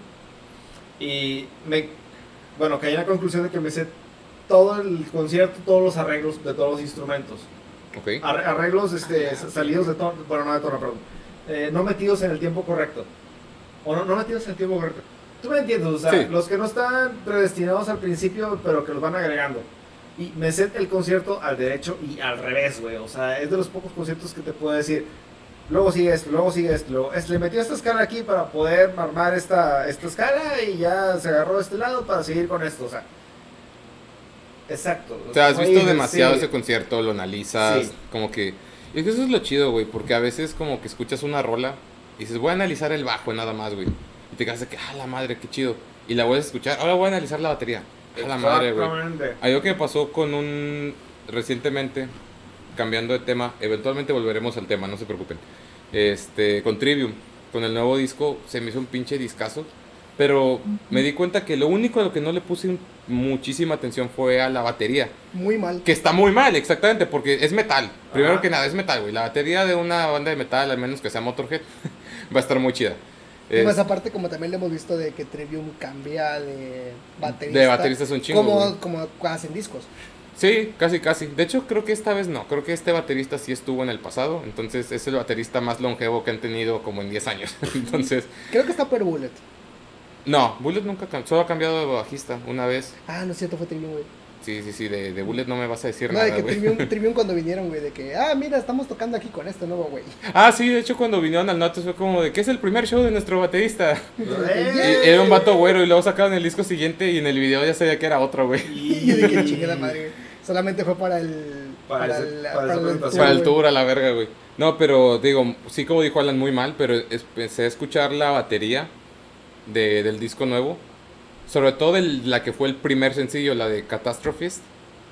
y me, bueno, caí en la conclusión de que me sé todo el concierto, todos los arreglos de todos los instrumentos. Ok. Arre- Arreglos este, salidos de tono, bueno, no de tono, perdón, eh, no metidos en el tiempo correcto. O no, no metidos en el tiempo correcto. Tú me entiendes, o sea, Sí. los que no están predestinados al principio, pero que los van agregando. Y me sé el concierto al derecho y al revés, güey. O sea, es de los pocos conciertos que te puedo decir. Luego sigue esto, luego sigue esto. Luego, es, le metió esta escala aquí para poder armar esta, esta escala y ya se agarró de este lado para seguir con esto. O sea, exacto. O sea, has como visto dices, demasiado sí. ese concierto, lo analizas, Sí. como que... Y es que eso es lo chido, güey, porque a veces como que escuchas una rola y dices, voy a analizar el bajo nada más, güey. Y te quedas de que, ah, la madre, qué chido. Y la vuelves a escuchar, ahora voy a analizar la batería. Ah, la madre, güey. Exactamente. Algo que me pasó con un... recientemente, cambiando de tema, eventualmente volveremos al tema, no se preocupen. Este, con Trivium, con el nuevo disco, se me hizo un pinche discazo. Pero me di cuenta que lo único a lo que no le puse un- muchísima atención fue a la batería. Muy mal. Que está muy mal, exactamente, porque es metal. Primero Ajá. que nada, es metal, güey. La batería de una banda de metal, al menos que sea Motorhead, va a estar muy chida. Y Es- más aparte, como también le hemos visto de que Trivium cambia de baterista. De baterista es un chingo, Como, güey. como hacen discos. Sí, casi, casi. De hecho, creo que esta vez no. Creo que este baterista sí estuvo en el pasado. Entonces, es el baterista más longevo que han tenido como en diez años. Entonces, Creo que está Per Bullet. no, Bullet nunca cambió. Solo ha cambiado de bajista una vez. Ah, no es cierto, fue Trivium, güey. Sí, sí, sí. De, de Bullet no me vas a decir No, de nada, que güey. Trivium, Trivium cuando vinieron, güey, de que, ah, mira, estamos tocando aquí con este nuevo, güey. Ah, sí, de hecho, cuando vinieron al Notes fue como de que es el primer show de nuestro baterista. Eh. Y era un vato güero y luego sacaron el disco siguiente y en el video ya sabía que era otro, güey. Y yo de que chingada madre, güey. Solamente fue para el. Para Para, ese- el. para Para, esa el presentación. Para el güey. tour a la verga, güey. No, pero digo, sí como dijo Alan, muy mal, pero empecé a escuchar la batería de, del disco nuevo. Sobre todo el- la que fue el primer sencillo, la de Catastrophist.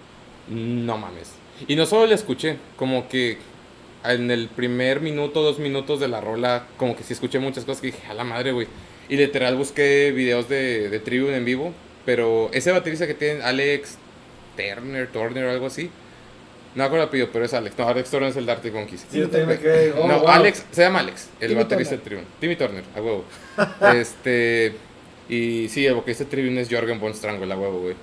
No mames. Y no solo la escuché, como que en el primer minuto, dos minutos de la rola, como que sí escuché muchas cosas que dije, a la madre, güey. Y literal busqué videos de, de Trivium en vivo, pero ese baterista que tienen, Alex Turner, Turner o algo así. No me acuerdo el apellido, pero es Alex. No, Alex Turner es el de Arctic Monkeys. Sí, yo también me quedé. oh, no, wow. Alex, se llama Alex, el Timmy baterista de Turner. Trivium. Timmy Turner, a huevo. este. Y sí, el vocalista de Trivium es Jorgen Von Strangle, a huevo, güey.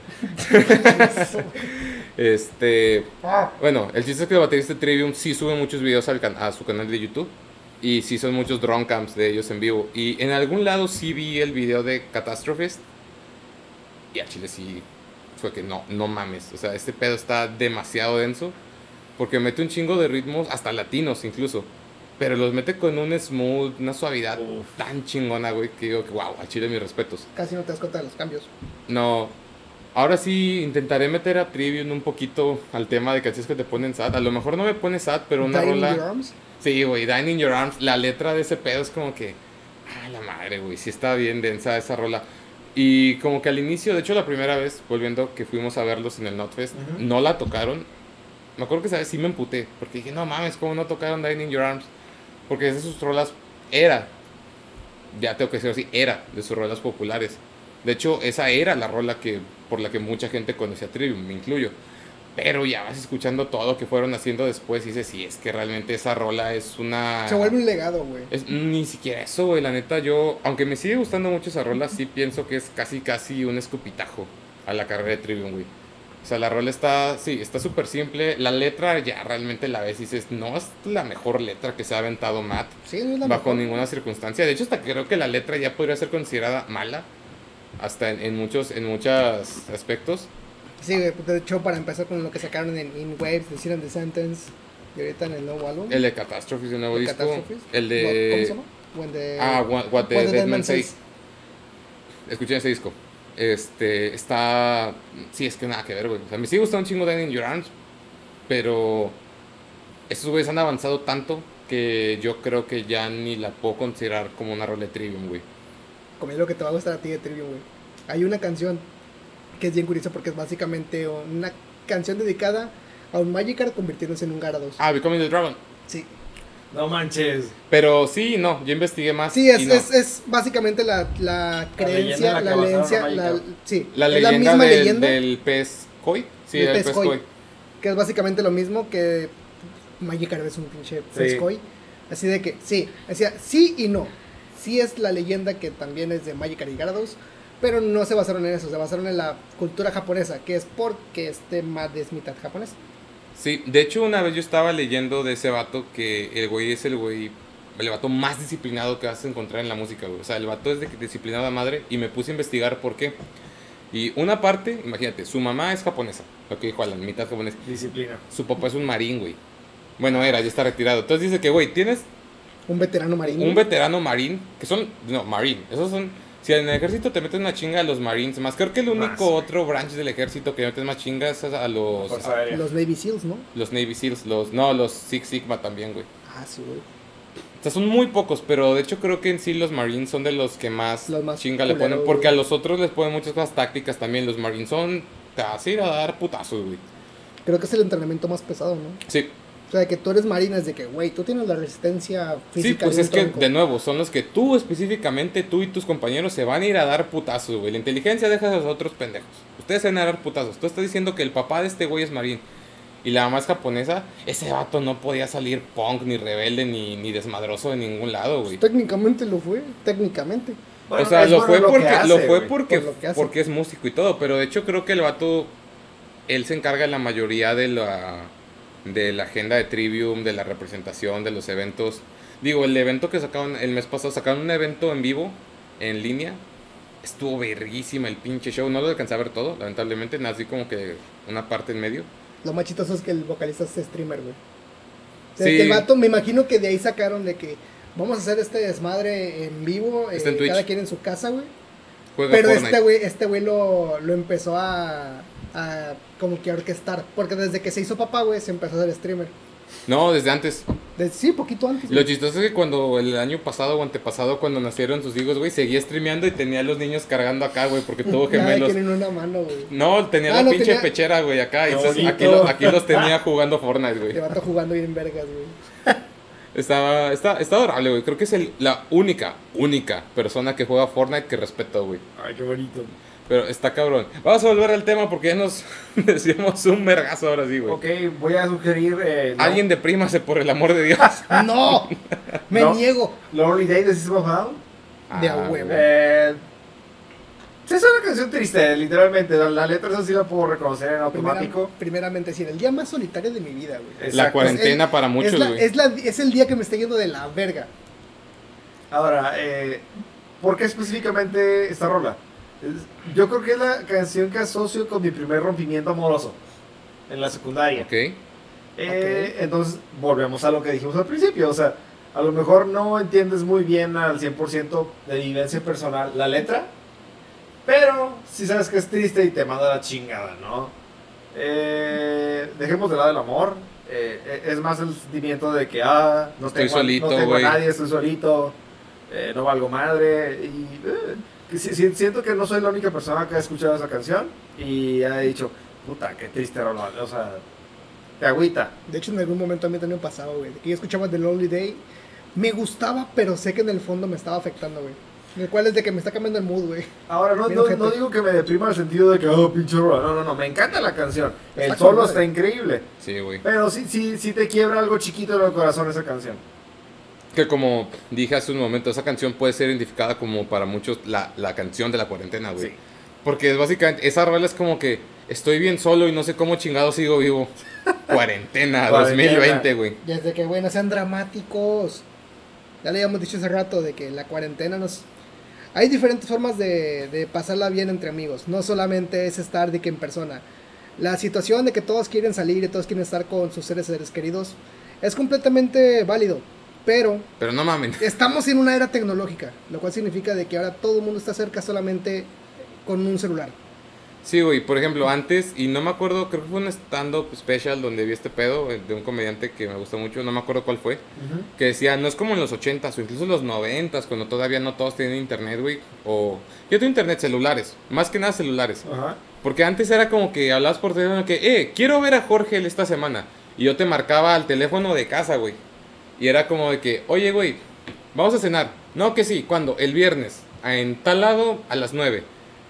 este. Ah, Bueno, el chiste es que el baterista de Trivium sí sube muchos videos al can- a su canal de YouTube. Y sí son muchos drone camps de ellos en vivo. Y en algún lado sí vi el video de Catastrophist. Y a Chile sí fue que no, no mames. O sea, este pedo está demasiado denso. Porque mete un chingo de ritmos, hasta latinos incluso. Pero los mete con un smooth, una suavidad Uf. tan chingona, güey, que digo que wow, a Chile mis respetos. casi no te das cuenta de los cambios. No. Ahora sí intentaré meter a Trivium un poquito al tema de canciones que te ponen sad. A lo mejor no me pone sad, pero una Dying in rola. Your Arms. Sí, güey, Dying in Your Arms. La letra de ese pedo es como que. Ah, la madre, güey. Sí está bien densa esa rola. Y como que al inicio, de hecho, la primera vez, volviendo que fuimos a verlos en el Notfest, Ujú. no la tocaron. Me acuerdo que esa vez sí me emputé. Porque dije, no mames, ¿cómo no tocaron Dying in Your Arms? Porque esas sus rolas era. Ya tengo que decirlo así, era de sus rolas populares. De hecho, esa era la rola que por la que mucha gente conocía a Trivium, me incluyo. Pero ya vas escuchando todo lo que fueron haciendo después y dices, sí, es que realmente esa rola es una... Se vuelve un legado, güey. Es, ni siquiera eso, güey, la neta, yo, aunque me sigue gustando mucho esa rola, sí pienso que es casi, casi un escupitajo a la carrera de Trivium, güey. O sea, la rola está, sí, está súper simple. La letra ya realmente la ves y dices, no es la mejor letra que se ha aventado Matt Sí, no es la bajo mejor. ninguna circunstancia. De hecho, hasta creo que la letra ya podría ser considerada mala, hasta en, en muchos, en muchos aspectos. Sí, güey, de hecho, para empezar con lo que sacaron en In Waves, The Sin and the Sentence, y ahorita en el nuevo álbum. El de Catastrophes, el nuevo The disco. Catastrophes. El de... ¿Cómo se llama? When the- Ah, What, What the What the Dead Dead Man Man Say. Says. Escuchen ese disco. Este, está... Sí, es que nada que ver, güey. O sea, me sigue gustando un chingo Dying in Your Arms, pero estos güeyes han avanzado tanto que yo creo que ya ni la puedo considerar como una rola de Trivium, güey. Como es lo que te va a gustar a ti de Trivium, güey. Hay una canción que es bien curiosa porque es básicamente una canción dedicada a un Magikarp convirtiéndose en un Gyarados. Ah, Becoming the Dragon. Sí. No manches. Pero sí, no, yo investigué más. Sí, es, y no. es, es básicamente la, la creencia, leyenda en la la, que creencia, basaron a la, Magikarp. sí, La es leyenda la misma del, leyenda del pez koi. Sí, del del pez pez koi. koi. que es básicamente lo mismo que Magikarp es un pinche Sí. pez koi. Así de que, sí, decía, sí y no. Sí es la leyenda que también es de Magikarp y Gyarados, pero no se basaron en eso, se basaron en la cultura japonesa, que es porque este Matt es mitad japonés. Sí, de hecho una vez yo estaba leyendo de ese vato que el güey es el güey, el vato más disciplinado que vas a encontrar en la música, güey. O sea, el vato es de disciplinado a madre y me puse a investigar por qué. Y una parte, imagínate, su mamá es japonesa, lo que dijo Alan, mitad japonés. Disciplina. Su papá es un marín, güey. Bueno, era, ya está retirado. Entonces dice que, güey, tienes Un veterano marino. un veterano marín, que son, no, marín, esos son, si en el ejército te metes una chinga a los marines, más creo que el único Más. otro branch del ejército que metes más chingas es a los, Fuerza aérea. Los Navy Seals, ¿no? los Navy Seals, los, no, los Six Sigma también, güey. Ah, sí, güey. O sea, son muy pocos, pero de hecho creo que en sí los Marines son de los que más, Los más chinga le culeros, ponen, porque güey. a los otros les ponen muchas cosas tácticas también. Los Marines son, te vas a ir a dar putazos, güey. Creo que es el entrenamiento más pesado, ¿no? Sí, O sea, que tú eres marina, es de que, güey, tú tienes la resistencia sí, física. pues de un es que, tronco. de nuevo, son los que tú específicamente, tú y tus compañeros se van a ir a dar putazos, güey. La inteligencia deja a los otros pendejos. Ustedes se van a dar putazos. Tú estás diciendo que el papá de este güey es marín y la mamá es japonesa. Ese vato no podía salir punk, ni rebelde, ni, ni desmadroso de ningún lado, güey. Técnicamente lo fue, técnicamente. Bueno, o sea, es lo bueno fue lo que porque hace, lo fue güey. porque, Por lo que hace. porque es músico y todo, pero de hecho creo que el vato él se encarga de la mayoría de la de la agenda de Trivium, de la representación, de los eventos. Digo, el evento que sacaron el mes pasado, sacaron un evento en vivo en línea. Estuvo verguísima el pinche show, no lo alcancé a ver todo, lamentablemente, nací como que una parte en medio. Lo más chistoso es que el vocalista es streamer, güey. O sea, Sí. que el vato, me imagino que de ahí sacaron de que vamos a hacer este desmadre en vivo, Está eh, en Twitch. cada quien en su casa, güey. Juega Pero Fortnite. este güey, este güey lo, lo empezó a, a como que a orquestar, porque desde que se hizo papá, güey, se empezó a ser streamer. No, desde antes. De, sí, poquito antes. Lo güey. chistoso es que cuando el año pasado o antepasado, cuando nacieron sus hijos, güey, seguía streameando y tenía a los niños cargando acá, güey, porque tuvo Cada gemelos. quien en una mano, güey. No, tenía Ah, la no, pinche tenía- pechera, güey, acá. Y Qué entonces aquí, bonito. lo- aquí los tenía jugando Fortnite, güey. El vato jugando bien vergas, güey. Estaba, está, está adorable, güey. Creo que es el- la única, única persona que juega Fortnite que respeto, güey. Ay, qué bonito. Pero está cabrón. Vamos a volver al tema porque ya nos decíamos un vergazo ahora sí, güey. Ok, voy a sugerir. Eh, no- Alguien deprímase por el amor de Dios. ¡No! Me No. niego. Lonely Day de System of a Down. De a Ah, huevo. güey. Eh, sí, es una canción triste, literalmente. La, la letra esa sí la puedo reconocer en Primera- automático. primeramente, sí, el día más solitario de mi vida, güey. La Exacto. cuarentena Es- para muchos, es, la- güey. es, la- es el día que me está yendo de la verga. Ahora, eh, ¿por qué específicamente esta rola? Es- Yo creo que es la canción que asocio con mi primer rompimiento amoroso en la secundaria. Ok. Eh, Entonces, volvemos a lo que dijimos al principio. O sea, a lo mejor no entiendes muy bien al cien por ciento de vivencia personal la letra, pero sí sabes que es triste y te manda la chingada, ¿no? Eh, dejemos de lado el amor. Eh, eh, es más el sentimiento de que, ah, no Estoy tengo, solito, no tengo a güey. nadie, estoy solito, eh, no valgo madre. Y eh, que si- si- siento que no soy la única persona que ha escuchado esa canción y ha dicho, puta, qué triste rola. O sea, te agüita. De hecho, en algún momento a mí también me pasaba, güey. de Que yo escuchaba The Lonely Day. Me gustaba, pero sé que en el fondo me estaba afectando, güey. El cual es de que me está cambiando el mood, güey. Ahora, no, Bien no, ojete. no digo que me deprima el sentido de que, oh, pinche rola. No, no, no, me encanta la canción. El Está solo con está madre. increíble. Sí, güey. Pero sí, sí, sí te quiebra algo chiquito en el corazón esa canción. Que como dije hace un momento, esa canción puede ser identificada como para muchos la, la canción de la cuarentena, güey. Sí. Porque es básicamente, esa rola es como que estoy bien solo y no sé cómo chingado sigo vivo. Cuarentena, dos mil veinte, güey. Desde que, güey, no sean dramáticos. Ya le habíamos dicho hace rato de que la cuarentena nos... Hay diferentes formas de, de pasarla bien entre amigos. No solamente es estar de que en persona. La situación de que todos quieren salir y todos quieren estar con sus seres, seres queridos es completamente válido. Pero Pero no mamen. estamos en una era tecnológica, lo cual significa de que ahora todo el mundo está cerca solamente con un celular. Sí, güey, por ejemplo, antes, y no me acuerdo, creo que fue un stand-up special donde vi este pedo eh, de un comediante que me gustó mucho, no me acuerdo cuál fue, que decía, no es como en los ochentas o incluso los noventas, cuando todavía no todos tienen internet, güey, o... Yo tengo internet, celulares, más que nada celulares, Ajá. porque antes era como que hablabas por teléfono que, eh, quiero ver a Jorge esta semana, y yo te marcaba al teléfono de casa, güey, y era como de que, oye, güey, vamos a cenar, no, que sí, ¿cuándo? El viernes, en tal lado, a las nueve.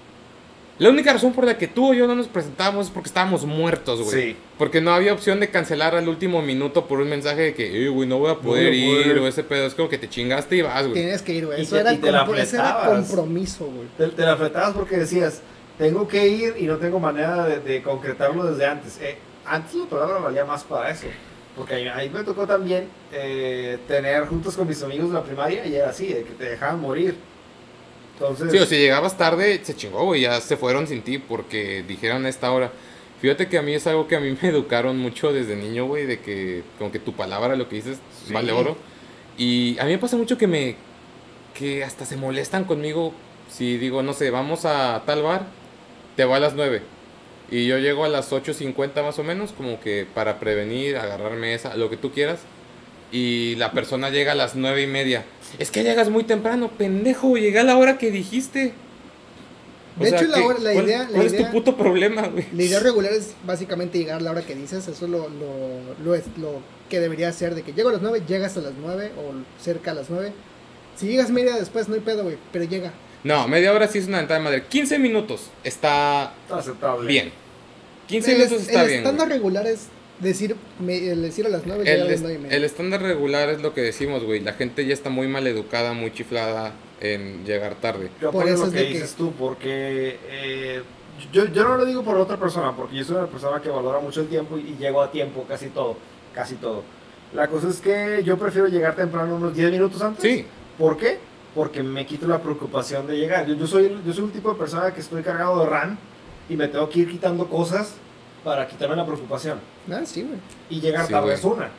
La única razón por la que tú o yo no nos presentábamos es porque estábamos muertos, güey. Sí. Porque no había opción de cancelar al último minuto por un mensaje de que, eh, güey, no voy a poder voy a ir, poder. o ese pedo. Es como que te chingaste y vas, güey. Tienes que ir, güey. Y Eso te- era, y te la compro- ese era fletabas. compromiso, güey. Te, te la fletabas porque decías, tengo que ir y no tengo manera de, de concretarlo desde antes. Eh, antes la palabra valía más para eso. Porque ahí, ahí me tocó también eh, tener juntos con mis amigos de la primaria y era así, de que te dejaban morir. Entonces, Sí, o si llegabas tarde, se chingó, güey, ya se fueron sin ti porque dijeron a esta hora. Fíjate que a mí es algo que a mí me educaron mucho desde niño, güey, de que como que tu palabra, lo que dices, Sí. vale oro. Y a mí me pasa mucho que me, que hasta se molestan conmigo si digo, no sé, vamos a tal bar, te va a las nueve. Y yo llego a las ocho cincuenta más o menos, como que para prevenir, agarrar mesa, lo que tú quieras. Y la persona llega a las nueve y media. Es que llegas muy temprano, pendejo, llegué a la hora que dijiste. O De sea, hecho, la ¿qué- hora- la cuál- idea- la ¿Cuál es idea- tu puto problema, güey? La idea regular es básicamente llegar a la hora que dices. Eso es lo, lo, lo, es, lo que debería ser. De que llego a las nueve, llegas a las nueve o cerca a las nueve. Si llegas media después, no hay pedo, güey. Pero llega. No, media hora sí es una ventana de madre. quince minutos está está aceptable. bien. quince el, minutos es- está el bien. estándar güey. regular es decir, me- el decir a las nueve, llegar a El, las es- nueve y media. el estándar regular es lo que decimos, güey. La gente ya está muy mal educada, muy chiflada en llegar tarde. Yo Por apoyo eso lo es que de que- dices tú, porque eh, yo, yo no lo digo por otra persona, porque yo soy una persona que valora mucho el tiempo y, y llego a tiempo casi todo, casi todo. La cosa es que yo prefiero llegar temprano unos diez minutos antes. Sí, ¿Por qué? Porque me quito la preocupación de llegar. Yo, yo, soy, yo soy un tipo de persona que estoy cargado de RAM y me tengo que ir quitando cosas para quitarme la preocupación. Ah, sí, güey. Y llegar Sí, tarde güey. es una.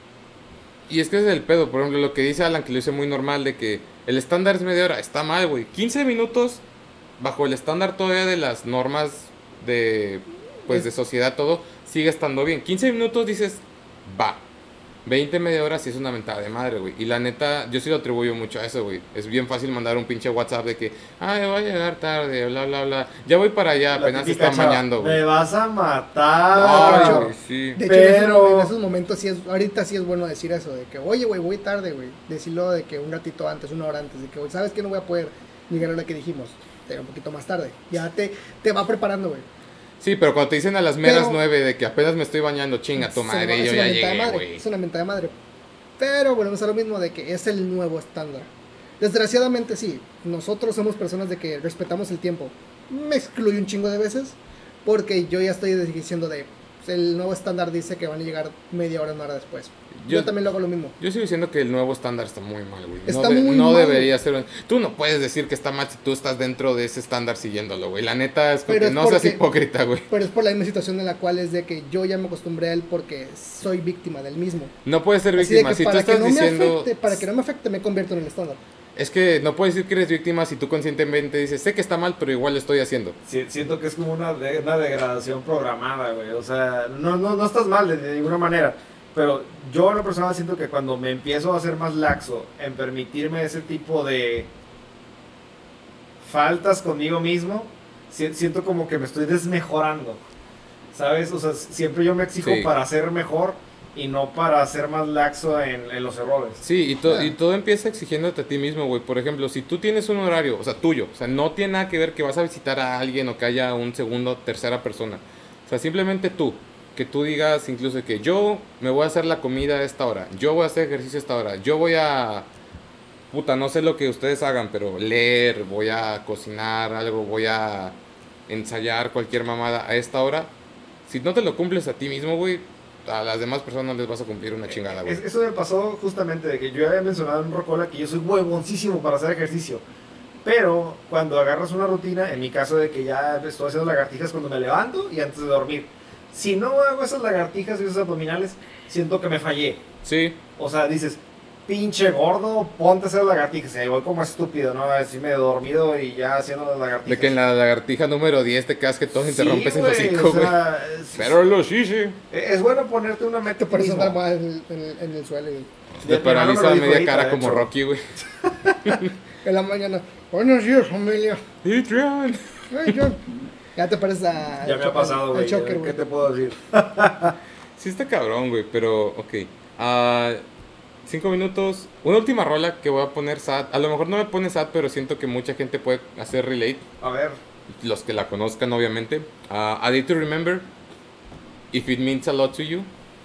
y es que ese es el pedo. Por ejemplo, lo que dice Alan, que lo dice muy normal, de que el estándar es media hora. Está mal, güey. quince minutos bajo el estándar todavía de las normas de, pues, de sociedad, todo, sigue estando bien. quince minutos dices, va. veinte, media hora sí es una mentada de madre, güey. Y la neta, yo sí lo atribuyo mucho a eso, güey. Es bien fácil mandar un pinche WhatsApp de que, ay, voy a llegar tarde, bla, bla, bla. Ya voy para allá, La apenas se típica está chava, mañando, Me güey. vas a No, matar. de Ay, hecho- güey, sí. De hecho, en esos- Pero- en esos momentos sí es, ahorita sí es bueno decir eso, de que, oye, güey, voy tarde, güey. Decirlo de que un ratito antes, una hora antes, de que, güey, ¿sabes que no voy a poder llegar a la que dijimos? Te un poquito más tarde. Ya te, te va preparando, güey. Sí, pero cuando te dicen a las meras Pero- nueve de que apenas me estoy bañando, chinga tu Es madre, una- y yo es una ya mentada de llegué, madre, güey. Es una mentada de madre. Pero volvemos a lo mismo de que es el nuevo estándar. Desgraciadamente sí, nosotros somos personas de que respetamos el tiempo. Me excluyo un chingo de veces porque yo ya estoy diciendo de el nuevo estándar dice que van a llegar media hora, una hora después. Yo, Yo- también lo hago lo mismo. Yo sigo diciendo que el nuevo estándar está muy mal, güey. Está no de- muy no mal. debería ser. un- Tú no puedes decir que está mal si tú estás dentro de ese estándar siguiéndolo, güey. La neta es como Pero que es no seas porque- hipócrita, güey. Pero es por la misma situación en la cual es de que yo ya me acostumbré a él porque soy víctima del mismo. No puedes ser Así de víctima. que Si tú para que estás no me diciendo. afecte, para que no me afecte, me convierto en el estándar. Es que no puedes decir que eres víctima si tú conscientemente dices, sé que está mal, pero igual lo estoy haciendo. Si- Siento que es como una, de- una degradación programada, güey. O sea, no, no, no estás mal de, de ninguna manera. Pero yo en lo personal siento que cuando me empiezo a ser más laxo en permitirme ese tipo de faltas conmigo mismo, si- siento como que me estoy desmejorando. ¿Sabes? O sea, siempre yo me exijo Sí. para ser mejor y no para ser más laxo en, en los errores. Sí, y, to- Ah. y todo empieza exigiéndote a ti mismo, güey. Por ejemplo, si tú tienes un horario, o sea, tuyo, o sea, no tiene nada que ver que vas a visitar a alguien o que haya un segundo, tercera persona. O sea, simplemente tú, que tú digas incluso que yo me voy a hacer la comida a esta hora, yo voy a hacer ejercicio a esta hora, yo voy a... Puta, no sé lo que ustedes hagan, pero leer, voy a cocinar algo, voy a ensayar cualquier mamada a esta hora. Si no te lo cumples a ti mismo, güey, a las demás personas les vas a cumplir una chingada, güey. Es- Eso me pasó justamente de que yo había mencionado en Rocola que yo soy huevoncísimo para hacer ejercicio. Pero cuando agarras una rutina, en mi caso de que ya estoy haciendo lagartijas cuando me levanto y antes de dormir. Si no hago esas lagartijas y esos abdominales, siento que me fallé. Sí, O sea, dices, pinche gordo, ponte a hacer lagartijas. Y ahí voy como estúpido, ¿no? Así medio dormido y ya haciendo las lagartijas. de que en la lagartija número diez te quedas que todo y te Sí, rompes el güey, hocico, o güey. sea, es- Pero lo sí, sí. es bueno ponerte una meta Te a ti parece mismo. andar mal en, el- en el suelo. güey. Te Mi hermano me paraliza lo a dijo media ahorita, cara de como hecho. Rocky, güey. En la mañana, buenos días, familia. Adrian. Ay, ya. Ya te pareces a. Ya me ha pasado, al güey. Choker, ¿Qué güey. te puedo decir? Sí está cabrón, güey, pero ok. Ah, cinco minutos. Una última rola que voy a poner sad. A lo mejor no me pone sad, pero siento que mucha gente puede hacer relate. A ver. Los que la conozcan, obviamente. Ah, A Day to Remember. If It Means a Lot to You.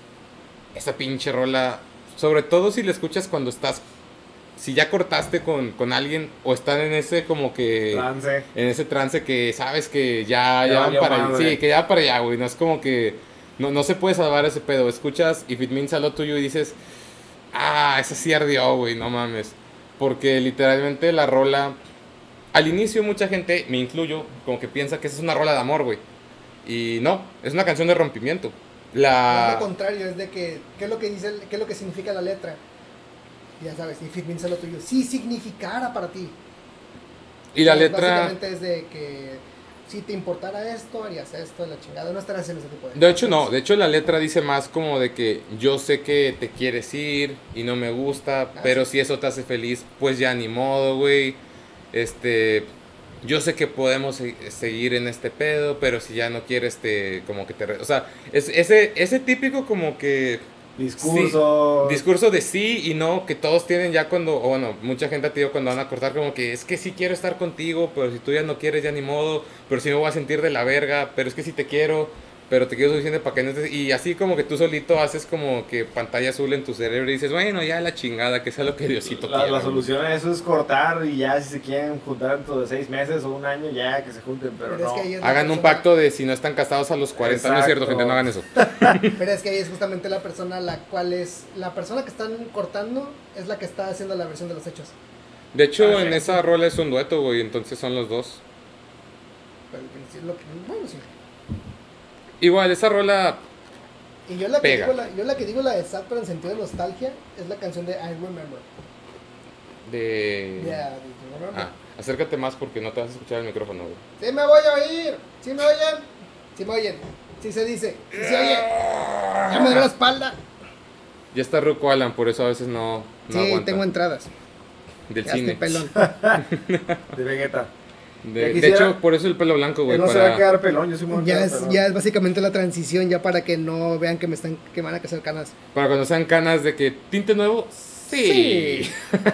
Esa pinche rola. Sobre todo si la escuchas cuando estás. Si ya cortaste con, con alguien. O están en ese como que. Trance. En ese trance que sabes que ya, Ya ya van valió para allá. madre. Sí, que ya van para allá, güey. No es como que. No, no se puede salvar ese pedo. Escuchas If It Means a Lot to You y dices. Ah, esa sí ardió, güey. No mames. Porque literalmente la rola. Al inicio, mucha gente, me incluyo, como que piensa que esa es una rola de amor, güey. Y no, es una canción de rompimiento. No, es La. lo contrario, es de que, ¿qué es lo que dice, el- qué es lo que significa la letra? Ya sabes, if it means a lo tuyo, si significara para ti. Y la Entonces, letra. Básicamente es de que si te importara esto, harías esto, la chingada, no estarías haciendo ese tipo de De hecho, no. cosas. De hecho, la letra dice más como de que yo sé que te quieres ir y no me gusta, Ah, pero sí. si eso te hace feliz, pues ya ni modo, güey. Este. Yo sé que podemos se- seguir en este pedo, pero si ya no quieres, te. Como que te. re- O sea, es, ese, ese típico como que. Discurso. Discurso de sí y no, que todos tienen ya cuando, o bueno, mucha gente ha tenido cuando van a cortar como que es que sí quiero estar contigo, pero si tú ya no quieres ya ni modo, pero sí me voy a sentir de la verga, pero es que sí te quiero, pero te quiero suficiente para que no estés, y así como que tú solito haces como que pantalla azul en tu cerebro y dices, bueno, ya la chingada, que sea lo que Diosito La, quiera. la güey". solución a eso es cortar y ya si se quieren juntar dentro de seis meses o un año, ya que se junten, pero, Pero es no. que ahí es la Hagan un persona- pacto de si no están casados a los cuarenta, no es cierto, Exacto. gente, no hagan eso. Pero es que ahí es justamente la persona la cual es, la persona que están cortando es la que está haciendo la versión de los hechos. De hecho, Ah, en sí. esa rola es un dueto, güey, entonces son los dos. Pero al principio lo que- bueno, sí. Igual, esa rola, Y yo la, que Pega. digo la, yo la que digo la de sad, pero en sentido de nostalgia, es la canción de I Remember. de... Yeah, I Remember. Ah, acércate más porque no te vas a escuchar el micrófono, güey. Sí me voy a oír, sí me oyen, sí me oyen, sí se dice, sí se oye. Ya me duele la espalda. Ya está Ruco Alan, por eso a veces no, no Sí, aguanta. tengo entradas. Del Ya cine. estoy pelón. De Vegeta. De, Ya de quisiera- hecho, por eso el pelo blanco, güey. Él no se va a Para... quedar pelón, yo sí me voy a Ya quedar es, pelón. ya es básicamente la transición ya para que no vean que me están que me van a hacer canas. para cuando sean canas de que tinte nuevo. Sí.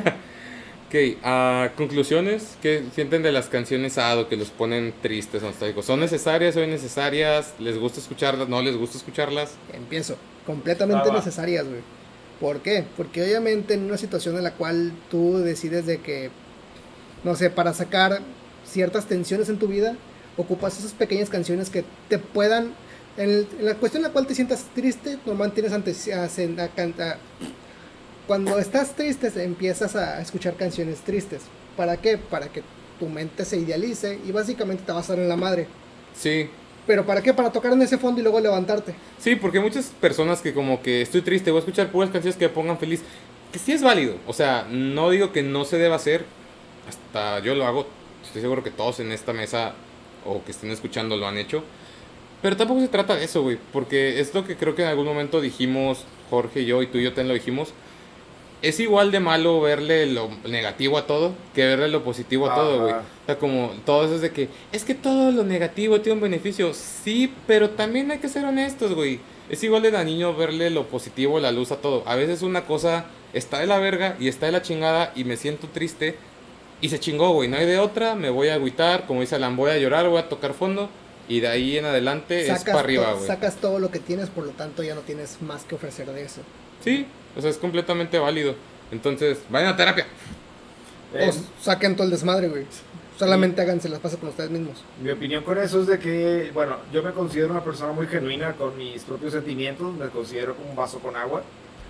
Ok, ah, conclusiones. ¿Qué sienten de las canciones Ado que los ponen tristes, nostálgicos? ¿Son necesarias o innecesarias? ¿Les gusta escucharlas? ¿No les gusta escucharlas? Empiezo. Completamente Va, va. necesarias, güey. ¿Por qué? Porque obviamente en una situación en la cual tú decides de que, no sé, para sacar ciertas tensiones en tu vida, ocupas esas pequeñas canciones que te puedan, en, el- en la cuestión en la cual te sientas triste, normalmente tienes antes, a, a- a cantar. Cuando estás triste empiezas a escuchar canciones tristes. ¿Para qué? Para que tu mente se idealice y básicamente te vas a dar en la madre. Sí. ¿Pero para qué? Para tocar en ese fondo y luego levantarte. Sí, porque hay muchas personas que como que estoy triste, voy a escuchar puras canciones que me pongan feliz. Que sí es válido. O sea, no digo que no se deba hacer. Hasta yo lo hago. Estoy seguro que todos en esta mesa o que estén escuchando lo han hecho. Pero tampoco se trata de eso, güey. Porque es lo que creo que en algún momento dijimos, Jorge y yo, y tú y yo también lo dijimos. es igual de malo verle lo negativo a todo que verle lo positivo a todo, güey. Ajá. O sea, como todo eso es de que, es que todo lo negativo tiene un beneficio. Sí, pero también hay que ser honestos, güey. Es igual de dañino verle lo positivo, la luz a todo. A veces una cosa está de la verga y está de la chingada y me siento triste y se chingó, güey. No hay de otra, me voy a agüitar, como dice Alan, voy a llorar, voy a tocar fondo y de ahí en adelante es para arriba, to- güey. sacas todo lo que tienes, por lo tanto ya no tienes más que ofrecer de eso. Sí, o sea, es completamente válido. Entonces, vayan a terapia. Eh, O saquen todo el desmadre, güey. Solamente háganse las pasas con ustedes mismos. Mi opinión con eso es de que, bueno, yo me considero una persona muy genuina con mis propios sentimientos, me considero como un vaso con agua.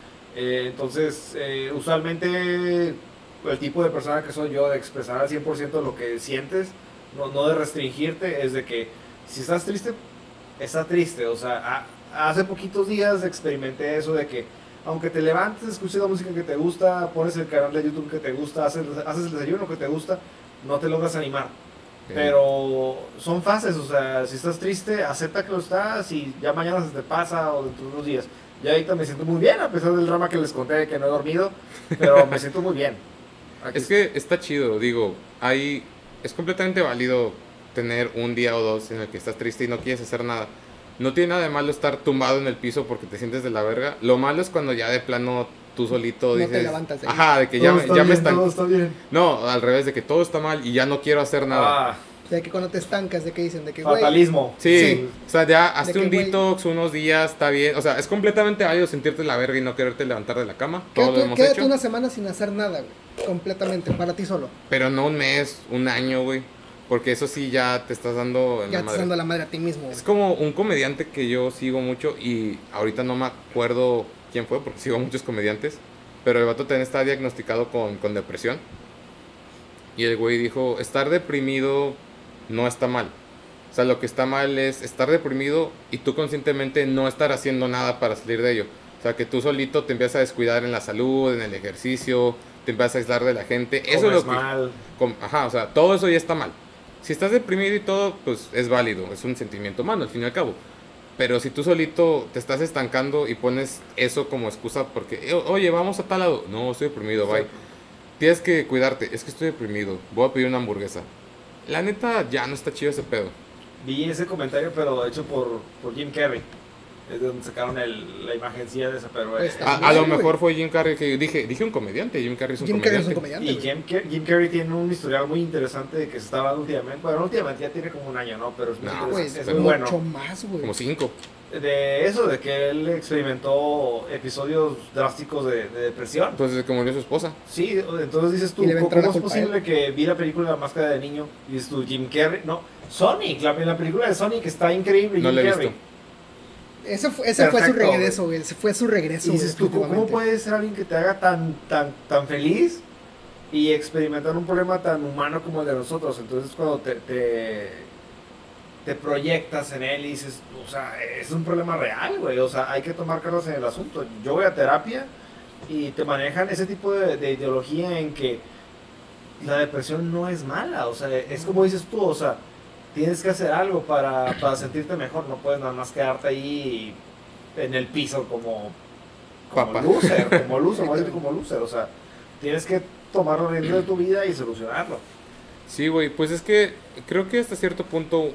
Eh, entonces, eh, usualmente el tipo de persona que soy yo de expresar al cien por ciento lo que sientes, no, no de restringirte, es de que si estás triste, estás triste. O sea, a, hace poquitos días experimenté eso de que aunque te levantes, escuches la música que te gusta, pones el canal de YouTube que te gusta, haces, haces el desayuno que te gusta, no te logras animar. Ok. Pero son fases, o sea, si estás triste, acepta que lo estás y ya mañana se te pasa o dentro de unos días. Ya ahorita me siento muy bien, a pesar del drama que les conté de que no he dormido, pero me siento muy bien. Aquí Es que está chido, digo, hay, es completamente válido tener un día o dos en el que estás triste y no quieres hacer nada. No tiene nada de malo estar tumbado en el piso porque te sientes de la verga. Lo malo es cuando ya de plano tú solito No te dices... levantas de ahí. Ajá, de que todo ya, me- está ya me bien, están... todo está bien. No, al revés, de que todo está mal y ya no quiero hacer nada. Ah, De que cuando te estancas, de que dicen, de que, güey, fatalismo. Sí, Sí. o sea, ya hazte que, un güey- detox, unos días, está bien. O sea, es completamente válido sentirte la verga y no quererte levantar de la cama. Todo lo quédate, hemos quédate hecho. una semana sin hacer nada, güey. Completamente, para ti solo. Pero no un mes, un año, güey. Porque eso sí ya te estás dando en Ya la te madre. estás dando la madre a ti mismo, güey. Es como un comediante que yo sigo mucho y ahorita no me acuerdo quién fue porque sigo muchos comediantes. Pero el vato también está diagnosticado con, con depresión. Y el güey dijo, estar deprimido no está mal. O sea, lo que está mal es estar deprimido y tú conscientemente no estar haciendo nada para salir de ello. O sea, que tú solito te empiezas a descuidar en la salud, en el ejercicio, te empiezas a aislar de la gente. Eso es lo que... mal. com- Ajá, o sea, todo eso ya está mal. Si estás deprimido y todo, pues es válido, es un sentimiento humano al fin y al cabo. Pero si tú solito te estás estancando y pones eso como excusa porque, "Eh, oye, vamos a tal lado. No, estoy deprimido, bye. Tienes que cuidarte, es que estoy deprimido, voy a pedir una hamburguesa. La neta, ya no está chido ese pedo. Vi ese comentario, pero hecho por, por Jim Carrey. Es de donde sacaron el, la imagencilla de esa, pero... Pues, eh, A, Sí, a lo güey. mejor fue Jim Carrey que dije, dije un comediante, Jim Carrey es un Jim Carrey es comediante. un comediante, y güey. Jim, Car- Jim Carrey tiene un historial muy interesante de que se estaba dando últimamente. Bueno, no últimamente, ya tiene como un año, ¿no? Pero es muy, No, Güey, interesante, es es muy mucho bueno. más, güey. Como cinco. De eso, de que él experimentó episodios drásticos de, de depresión. Entonces se murió su esposa. Sí, entonces dices tú, Y le va a ¿cómo entrar la es culpa a él? posible que vi la película La Máscara de Niño? Y dices tú, Jim Carrey, no, Sonic, la, la película de Sonic está increíble, No Jim la he Carrey. visto. Ese fue, ese fue su Perfecto, regreso, güey. Ese fue su regreso, Y güey, dices tú, ¿cómo cómo definitivamente. puede ser alguien que te haga tan, tan, tan feliz y experimentar un problema tan humano como el de nosotros? Entonces cuando te, te, te proyectas en él y dices, o sea, es un problema real, güey, o sea, hay que tomar cartas en el asunto. Yo voy a terapia y te manejan ese tipo de, de ideología en que la depresión no es mala, o sea, es como dices tú, o sea, tienes que hacer algo para, para sentirte mejor, no puedes nada más quedarte ahí en el piso como, como Papa. loser, como loser, voy a decir como loser, o sea, tienes que tomar la rienda de tu vida y solucionarlo. Sí, güey, pues es que creo que hasta cierto punto,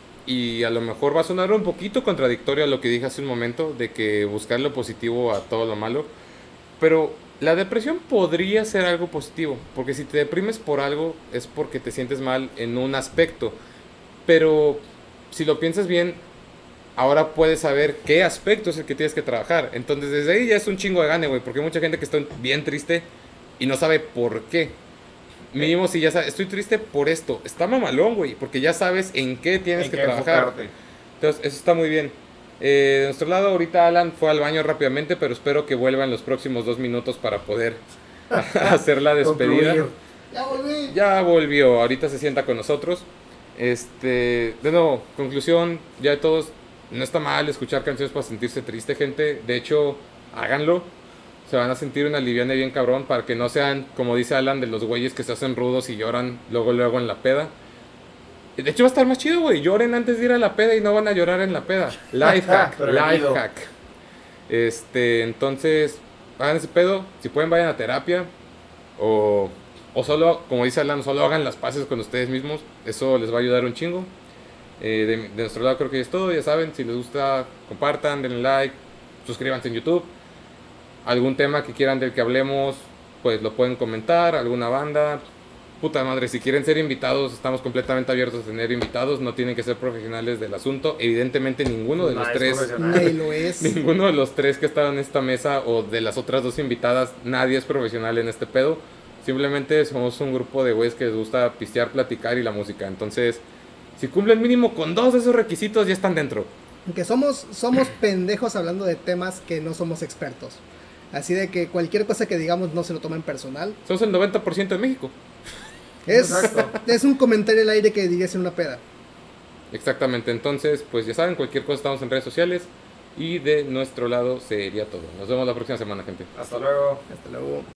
y a lo mejor va a sonar un poquito contradictorio a lo que dije hace un momento, de que buscar lo positivo a todo lo malo, pero la depresión podría ser algo positivo, porque si te deprimes por algo es porque te sientes mal en un aspecto, pero si lo piensas bien, ahora puedes saber qué aspecto es el que tienes que trabajar. Entonces desde ahí ya es un chingo de gane, güey, porque hay mucha gente que está bien triste y no sabe por qué. Mínimo si ya sabes, estoy triste por esto. Está mamalón, güey, porque ya sabes en qué tienes En que qué trabajar. enfocarte. Entonces eso está muy bien. Eh, de nuestro lado ahorita Alan fue al baño rápidamente, pero espero que vuelva en los próximos dos minutos para poder hacer la despedida. Concluir. Ya volví. Ya volvió, ahorita se sienta con nosotros. Este, de nuevo, conclusión, ya de todos, no está mal escuchar canciones para sentirse triste, gente. De hecho, háganlo. Se van a sentir una liviana bien cabrón para que no sean, como dice Alan, de los güeyes que se hacen rudos y lloran luego luego en la peda. De hecho va a estar más chido, güey. Lloren antes de ir a la peda y no van a llorar en la peda. Life hack, life Prevenido. hack. Este, entonces, hagan ese pedo. Si pueden, vayan a terapia. O, o solo, como dice Alan, solo hagan las paces con ustedes mismos. Eso les va a ayudar un chingo. Eh, de, de nuestro lado creo que es todo. Ya saben, si les gusta, compartan, denle like, suscríbanse en YouTube. Algún tema que quieran del que hablemos, pues lo pueden comentar. Alguna banda. Puta madre, si quieren ser invitados, estamos completamente abiertos a tener invitados. No tienen que ser profesionales del asunto. Evidentemente ninguno de los Nadie es tres, profesional. Nadie lo es. ninguno de los tres que estaban en esta mesa o de las otras dos invitadas, nadie es profesional en este pedo. Simplemente somos un grupo de güeyes que les gusta pistear, platicar y la música. Entonces, si cumplen mínimo con dos de esos requisitos, ya están dentro. Que somos, somos pendejos hablando de temas que no somos expertos. Así de que cualquier cosa que digamos no se lo tomen personal. Somos el noventa por ciento de México. Es, Exacto. es un comentario al aire que dirías en una peda. Exactamente, entonces, pues ya saben, cualquier cosa estamos en redes sociales. Y de nuestro lado sería todo. Nos vemos la próxima semana, gente. Hasta luego. Hasta luego.